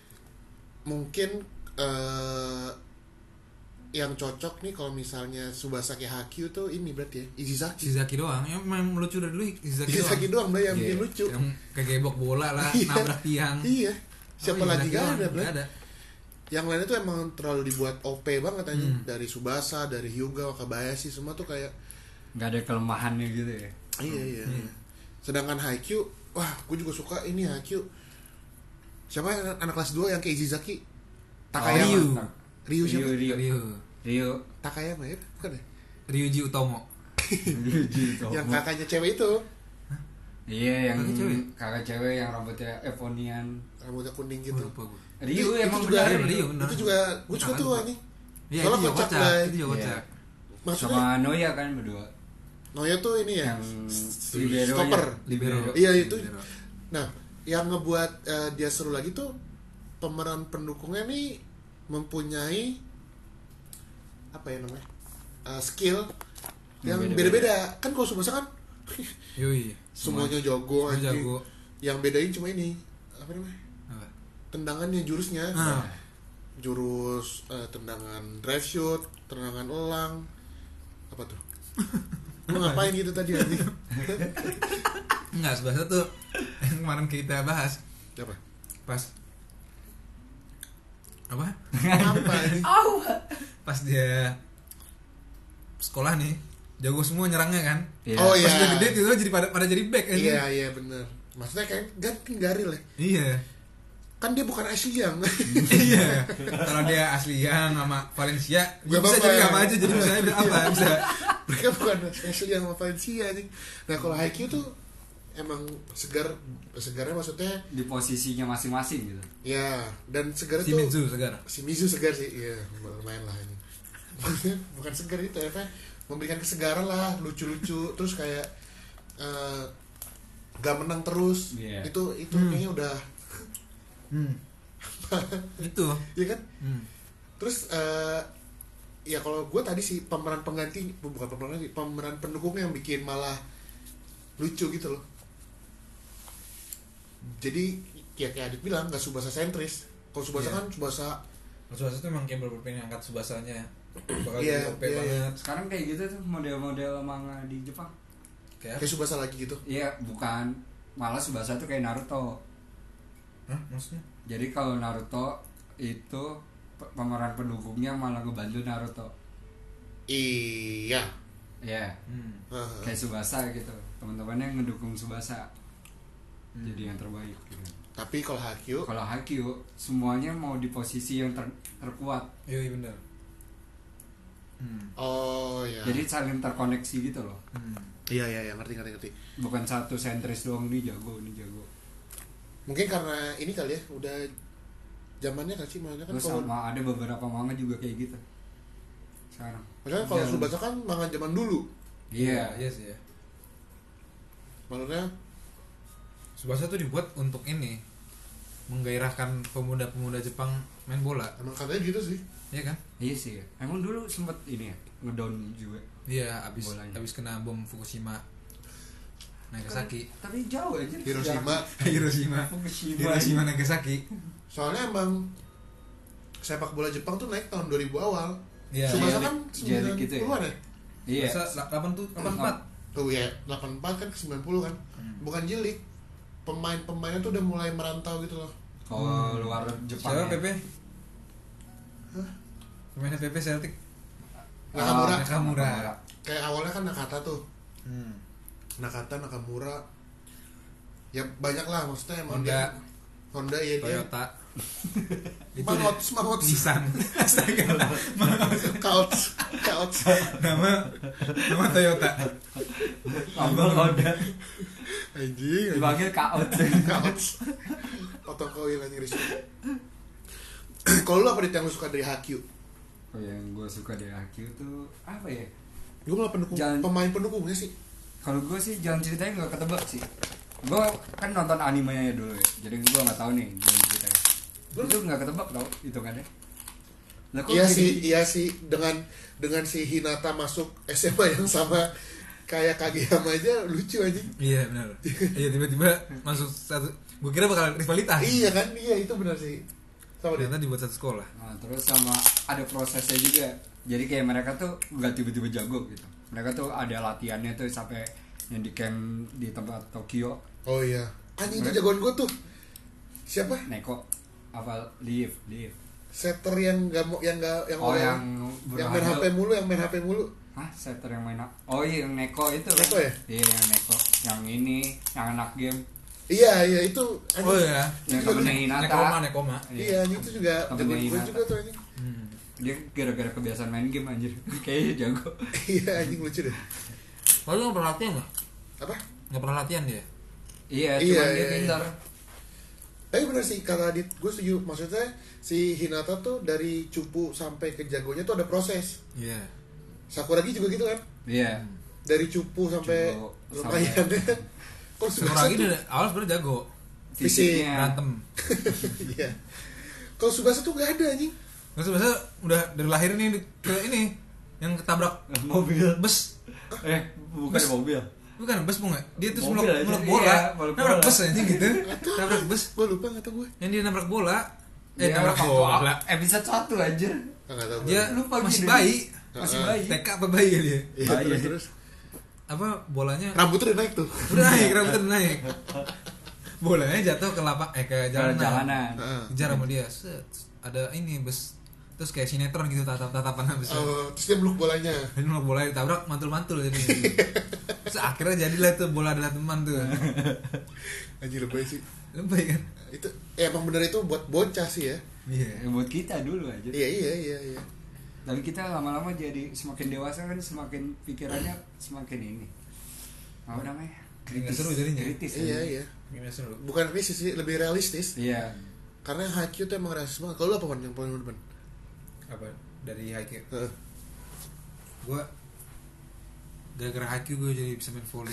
mungkin eh, yang cocok nih kalau misalnya Tsubasa kayak Haikyuu tuh ini berarti ya Izizaki. Shizaki doang. Yang memang lucu dari dulu Izizaki, Izizaki doang lah yang Iya. bikin lucu. Yang kegebok bola lah, Iya. nabrak tiang. Iya. Siapa Oh, lagi Izizaki gak doang, ada, nggak Bro? ada. Yang lainnya tuh emang terlalu dibuat O P banget aja. Hmm. Dari Tsubasa, dari Hyuga, Wakabayashi semua tuh kayak Enggak ada kelemahannya gitu ya. iya iya. Hmm. Sedangkan Haikyuu, wah, gue juga suka ini Haikyuu. Siapa yang anak kelas dua yang kayak Izizaki? Takayama. Ryu. Ryu siapa? Ryu. Ryu. Ryu. Takayama ya? Bukan ya? Ryuji Utomo. Yang kakaknya cewek itu. Iya, yang Kakak cewek? kakak cewek yang rambutnya Evonian. Rambutnya kuning Gitu. gitu. Lupa gue. Ryu Itu- emang itu juga- benar. Ryu, benar. Itu juga gue suka Jangan tuh lupa. anjing. Iya, Soalnya itu juga kocak, kocak. Blay. Itu juga Iya. kocak. Maksudnya Sama Noya kan berdua. Noya tuh ini ya. Yang s- libero-nya. stopper. Libero. Iya, itu. Libero. Nah, yang ngebuat eh, dia seru lagi tuh pemeran pendukungnya nih mempunyai apa ya namanya? Eh, skill yang Yang beda-beda. Kan kalau Tsubasa kan Yoi. semuanya jago Semua anjing. jago. Yang bedain cuma ini apa namanya? Apa? Tendangannya, jurusnya. Ah. Jurus eh, tendangan drive shoot, tendangan elang. Apa tuh? Lu ngapain gitu tadi anjing? Enggak, Tsubasa tuh yang kemarin kita bahas Apa? pas apa? Apa anjing? Pas dia sekolah nih, jago semua nyerangnya kan. Iya. Oh, Pas iya. udah gede itu jadi pada pada jadi back anjing. Iya, iya bener. Maksudnya kayak ganti Garil ya. Iya. Kan dia bukan Ashley yang. Iya. Kalau dia asli yang sama Valencia, Gak bisa apa-apa. jadi apa aja, jadi bisa apa bisa Mereka bukan especially sama Valencia nih. Nah kalau Haikyuu tuh emang segar, segarnya maksudnya di posisinya masing-masing gitu. ya, dan segar Si tuh Mizu segar. si Mizu segar sih, iya lumayan lah ini. Maksudnya bukan segar itu ya, apa? Memberikan kesegaran lah, lucu-lucu, terus kayak uh, gak menang terus, Yeah. itu itu Hmm. kayaknya udah, Hmm. Itu. ya kan? Hmm. Terus uh, ya kalau gue tadi sih pemeran pengganti, bukan pemeran pengganti, pemeran pendukungnya yang bikin malah lucu gitu loh. Jadi ya kayak Adit bilang nggak Tsubasa sentris. Kalau Tsubasa Iya. kan Tsubasa Tsubasa itu memang kayak berpengen angkat Tsubasanya. Bakal Iya, jadi O P iya, banget. Sekarang kayak gitu tuh model-model manga di Jepang. Kayak kayak Tsubasa lagi gitu. Iya, bukan. Malah Tsubasa tuh kayak Naruto. Hah, maksudnya? Jadi kalau Naruto itu pe- pemeran pendukungnya malah ngebantu Naruto. Iya. Iya, Hmm. Heeh. kayak Tsubasa gitu. Teman-temannya ngedukung Tsubasa. Hmm. Jadi yang terbaik gitu. Tapi kalau Haikyuu Kalau Haikyuu semuanya mau di posisi yang ter- terkuat. Iya, iya benar. Hmm. oh ya. Jadi saling terkoneksi gitu loh. Hmm. iya iya ya, ngerti ngerti ngerti. Bukan satu sentris doang, nih jago, nih jago. Mungkin karena ini kali ya, udah zamannya kan sih, makanya kan Terus kalau sama ada beberapa manga juga kayak gitu. Sekarang. makanya kalau Jangan- Tsubasa kan manga zaman dulu. Iya. Iya sih ya. Maksudnya Tsubasa tuh dibuat untuk ini menggairahkan pemuda-pemuda Jepang main bola, emang katanya gitu sih. ya kan? Iya sih. Emang dulu sempet ini ya, ngedown juga. Iya, abis Bolanya. abis kena bom Fukushima, Nagasaki, Tapi jauh aja. Hiroshima. Hiroshima, Fukushima. Hiroshima, Nagasaki. Soalnya emang sepak bola Jepang tuh naik tahun dua ribu awal. Iya. Tsubasa Jelly- kan jelly gitu ya? sembilan puluhan ya? Iya. Masa delapan tuh delapan empat. Tuh ya, delapan puluh empat kan ke sembilan puluh kan. Hmm. Bukan jelik. Pemain-pemainnya tuh udah mulai merantau gitu loh. Kalau luar Jepang Siapa ya. Pepe? Pemainnya Pepe Celtic. Nakamura. Ah, Nakamura. Kayak awalnya kan Nakata tuh. Hmm. Nakata, Nakamura. Ya banyak lah maksudnya emang Honda. dia Honda ya dia. Toyota. Itu Mangots, Mangots. Nissan. Astaga. Kauts, Kauts. Nama nama Toyota. Abang Honda. Anjing, anjing. Dipanggil Kaot. Kauts. Potong koil anjing risiko. Kalau lu apa Dit, yang lu suka dari Haikyuu? Oh, yang gue suka dari Haikyuu tuh apa ya? Gue malah pendukung, Jangan- pemain pendukungnya sih. Kalau gue sih jalan ceritanya gak ketebak sih. Gue kan nonton animenya dulu ya, jadi gue nggak tahu nih jalan ceritanya. Lu- Itu nggak ketebak tau hitungannya. Lah, kok Iya jadi- sih, iya sih dengan dengan si Hinata masuk S M A yang sama kayak Kageyama aja lucu aja. Iya benar. Iya tiba-tiba masuk satu. Gue kira bakal rivalitas. Iya kan, iya itu benar sih. Sama dia. Ternyata dibuat satu sekolah. Nah, terus sama ada prosesnya juga. Jadi kayak mereka tuh nggak tiba-tiba jago gitu. Mereka tuh ada latihannya tuh sampai yang di camp di tempat Tokyo. Oh iya. Anjing itu jagoan gue tuh. Siapa? Neko apa Live Live. Setter yang nggak mau, yang nggak, yang Oh, orang- yang yang main H P berhasil. mulu, yang main H P mulu. Hah, setter yang main apa? Oh iya, yang Neko itu. Neko kan? ya? Iya, yang Neko. Yang ini, yang anak game. Iya iya itu. anjing. Oh iya. Yang Itu temennya juga- Hinata. Nekoma, Nekoma. Iya, anjing itu juga Temennya jagoan gue Hinata. juga tuh anjing. Hmm. Dia gara-gara kebiasaan main game anjir. Kayaknya jago. Iya anjing lucu deh. Oh, lu nggak pernah latihan nggak? Apa? Nggak pernah latihan dia? Iya, Iya, cuma iya, dia iya. pintar. Tapi bener sih kata Adit, gue setuju. Maksudnya si Hinata tuh dari cupu sampai ke jagonya tuh ada proses. Iya. Sakuragi juga gitu kan? Iya. Dari cupu sampai Cupu lumayan ya. Kok Sakuragi dari awal sebenarnya jago. Fisik. Fisiknya. Berantem. Iya. Kalau Tsubasa tuh gak ada anjing. Terus biasa udah dari lahir nih di- ke ini yang ketabrak Mobil. bus. Eh, bukan Bus. mobil. Bukan bus bunga. Dia tuh Mobil meluk aja. meluk bola. Iya, meluk Nabrak bola. bus aja gitu. Nabrak bus. Gue lupa gak tau gue. Yang dia nabrak bola. Eh Dia nabrak waktu bola. Episode satu anjir. Gak tau gue. Dia Lupa masih gini. bayi. Masih Ah. bayi. T K apa bayi ya dia? Iya Ah, iya. terus terus. Apa bolanya Rambutnya udah naik tuh. udah naik, rambutnya udah naik. Bolanya jatuh ke lapak eh ke jalanan. jalanan. Heeh. Kejar sama dia. Set. Ada ini bus. Terus kayak sinetron gitu tatap-tatapan habis. Oh, terus dia meluk bolanya. Jadi mau bola ditabrak mantul-mantul jadi. Terus akhirnya jadilah tuh bola adalah teman tuh. Anjir lebay sih. Lebay kan? Itu ya emang bener itu buat bocah sih ya. Iya. Ya, buat kita dulu aja. Iya iya iya iya. Tapi kita lama-lama jadi semakin dewasa kan semakin pikirannya semakin ini. Apa namanya? Nggak seru jadinya. Kritis. Iya kan? iya. Gimana seru? Bukan krisis sih, lebih realistis. Iya. Karena H Q tuh emang realistis banget. Kalau lu apa man yang paling lu depan? Apa dari Haikyuu? Heeh. Gua gara-gara Haikyuu gue jadi bisa main volley.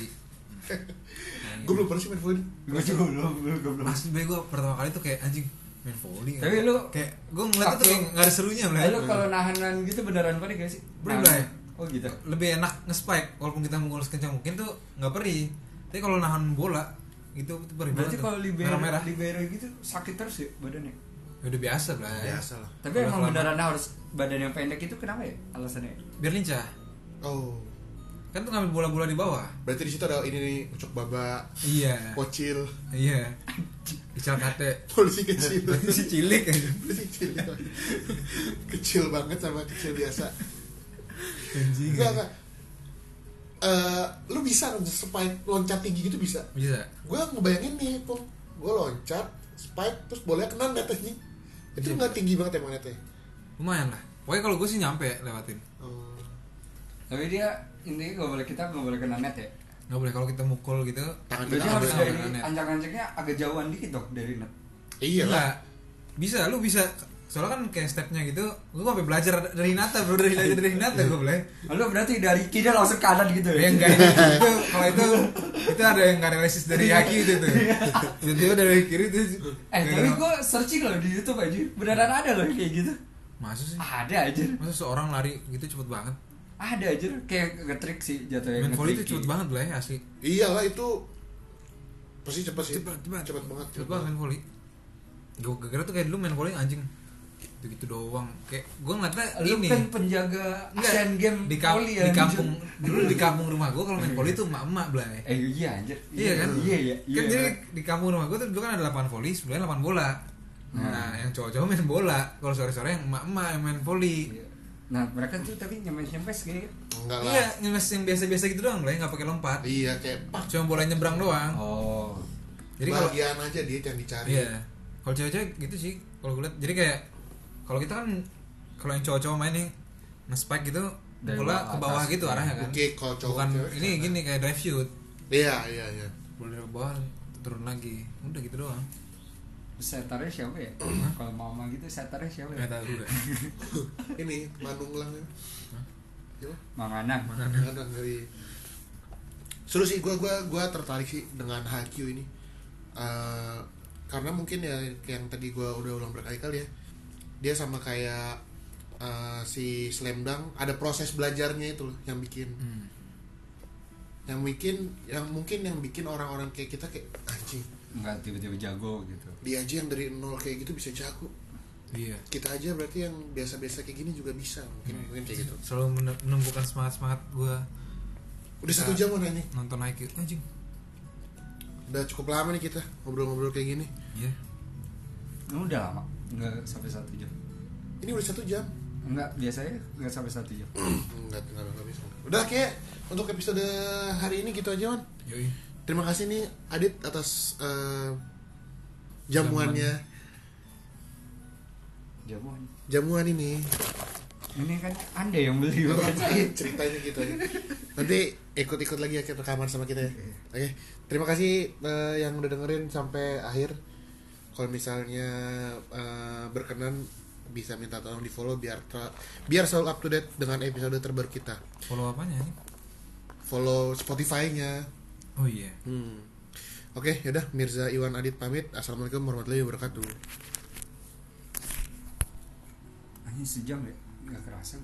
Gue belum pernah sih main volley. Gue juga belum, belum, belum. Asli be gue pertama kali tuh kayak anjing main volley. Tapi lu kayak gue ngeliat tuh kayak nggak ada serunya Lah lah. lu kalau nahanan gitu beneran perih gak sih? Perih, Nahan. Blay. Oh gitu. Lebih enak nge-spike walaupun kita mukul sekencang mungkin tuh nggak perih. Tapi kalau nahan bola itu tuh perih banget. Berarti tuh. kalau libero merah-merah. libero gitu sakit terus ya badannya. Ya udah biasa lah. Biasa lah. Tapi Kalau emang kelamaan. beneran harus badan yang pendek itu kenapa ya alasannya? Biar lincah. Oh. Kan tuh ngambil bola-bola di bawah. Berarti di situ ada ini nih, ucok baba, Iya. pocil, Iya. Ical kate. polisi kecil. Si cilik aja. Polisi kecil. Kecil banget sama kecil biasa. Anjing. Enggak enggak. Eh, lu bisa spike loncat tinggi gitu bisa. Bisa. Gue ngebayangin nih, Pung. Gue loncat, spike terus bolanya kena net anjing. Itu enggak tinggi banget emang netnya. Lumayan lah. Pokoknya kalau gue sih nyampe lewatin. Oh. Tapi dia ini gak boleh kita gak boleh kena net ya. Nggak boleh kalau kita mukul gitu. Tangan Berarti kita harus ambil. dari kena net. ancang-ancangnya agak jauhan dikit dong dari net. Iya lah. Enggak. Bisa, lu bisa. Soalnya kan kayak stepnya gitu. Gue sampai belajar dari Hinata, bro, dari belajar dari Hinata gue boleh. Lalu berarti dari kiri langsung kanan gitu Ya ya. enggak itu, itu kalau itu itu ada yang nggak realistis dari Haki itu tuh. Tiba-tiba dari kiri tuh. Eh tapi gue searching loh di YouTube aja. Beneran ada loh kayak gitu. Masa sih? Ada aja. Masa seorang lari gitu cepet banget? Ada aja kayak ngetrik sih jatuhnya. Main volley itu ngetrik. cepet banget lah ya asli. Iyalah itu pasti cepat sih. Cepet, cepet. Cepet banget. Cepet banget main volley. Gue gara-gara tuh kayak dulu main volley anjing. Gitu-gitu doang. Kayak gue ngeliatnya Lu ini. kan penjaga Enggak, Asian Game di, kam- volley, di anjir. kampung dulu di kampung rumah gue kalau main volley tuh emak-emak belai. Eh iya anjir. Iya kan? Iya iya. Kan iya. jadi di kampung rumah gue tuh dulu kan ada lapangan volley, sebelahnya lapangan bola. Hmm. Nah, yang cowok-cowok main bola, kalau sore-sore yang emak-emak yang main volley. Iya. Nah mereka tuh tapi nyempes-nyempes kayak. Enggak lah. Iya, ngemes yang biasa-biasa gitu doang, belai nggak pakai lompat. Iya kayak pak. Cuma bola nyebrang doang. Oh. Jadi kalau bagian aja dia yang dicari. iya, kalau cewek-cewek gitu sih, kalau gue liat. Jadi kayak kalau kita kan kalau yang cowok-cowok main nih nge-spike gitu, Dari bola bawah ke bawah atas. gitu arahnya kan. Oke, kalau cowok Bukan cewek ini sana. gini kayak drive shoot. Iya iya iya. Bola dari bawah turun lagi. Udah gitu doang. Setarnya siapa ya? Kalau mama gitu setarnya siapa ya? Enggak tahu udah. Ini Manung Lang ya. Siapa? Manganang. Mana Manung dari. Seru sih gue gua gua tertarik sih dengan H Q ini. Eh, karena mungkin ya kayak yang tadi gue udah ulang berkali-kali ya. Dia sama kayak eh, si Slam Dunk ada proses belajarnya itu loh yang bikin. Hmm. Yang bikin yang mungkin yang bikin orang-orang kayak kita kayak anjing. Enggak tiba-tiba jago gitu. Dia aja yang dari nol kayak gitu bisa jago. Iya. Kita aja berarti yang biasa-biasa kayak gini juga bisa mungkin mungkin kayak gitu. Selalu men- menemukan semangat-semangat gue Udah satu jam mana nih? nonton Haikyuu anjing. Udah cukup lama nih kita ngobrol-ngobrol kayak gini. Iya. Lu udah lama? Enggak sampai satu jam. Ini udah satu jam. Enggak, biasanya enggak sampai satu jam. Enggak, enggak enggak bisa. Udah kayak untuk episode hari ini gitu aja, Man. Yoi. Terima kasih nih Adit atas eh, jamuannya. Jamuan. Jamuan ini. Ini kan Anda yang beli bukan saya. Ceritanya gitu aja. Nanti ikut-ikut lagi ya ke rekaman sama kita ya. Oke. Terima kasih eh, yang udah dengerin sampai akhir. Kalau misalnya eh, berkenan bisa minta tolong di follow biar tra- biar selalu up to date dengan episode terbaru kita. Follow apanya nih? Follow Spotify-nya. Oh iya. Hmm. Oke, yaudah Mirza Iwan Adit pamit. Assalamualaikum warahmatullahi wabarakatuh. Ini sejam ya? Enggak kerasa.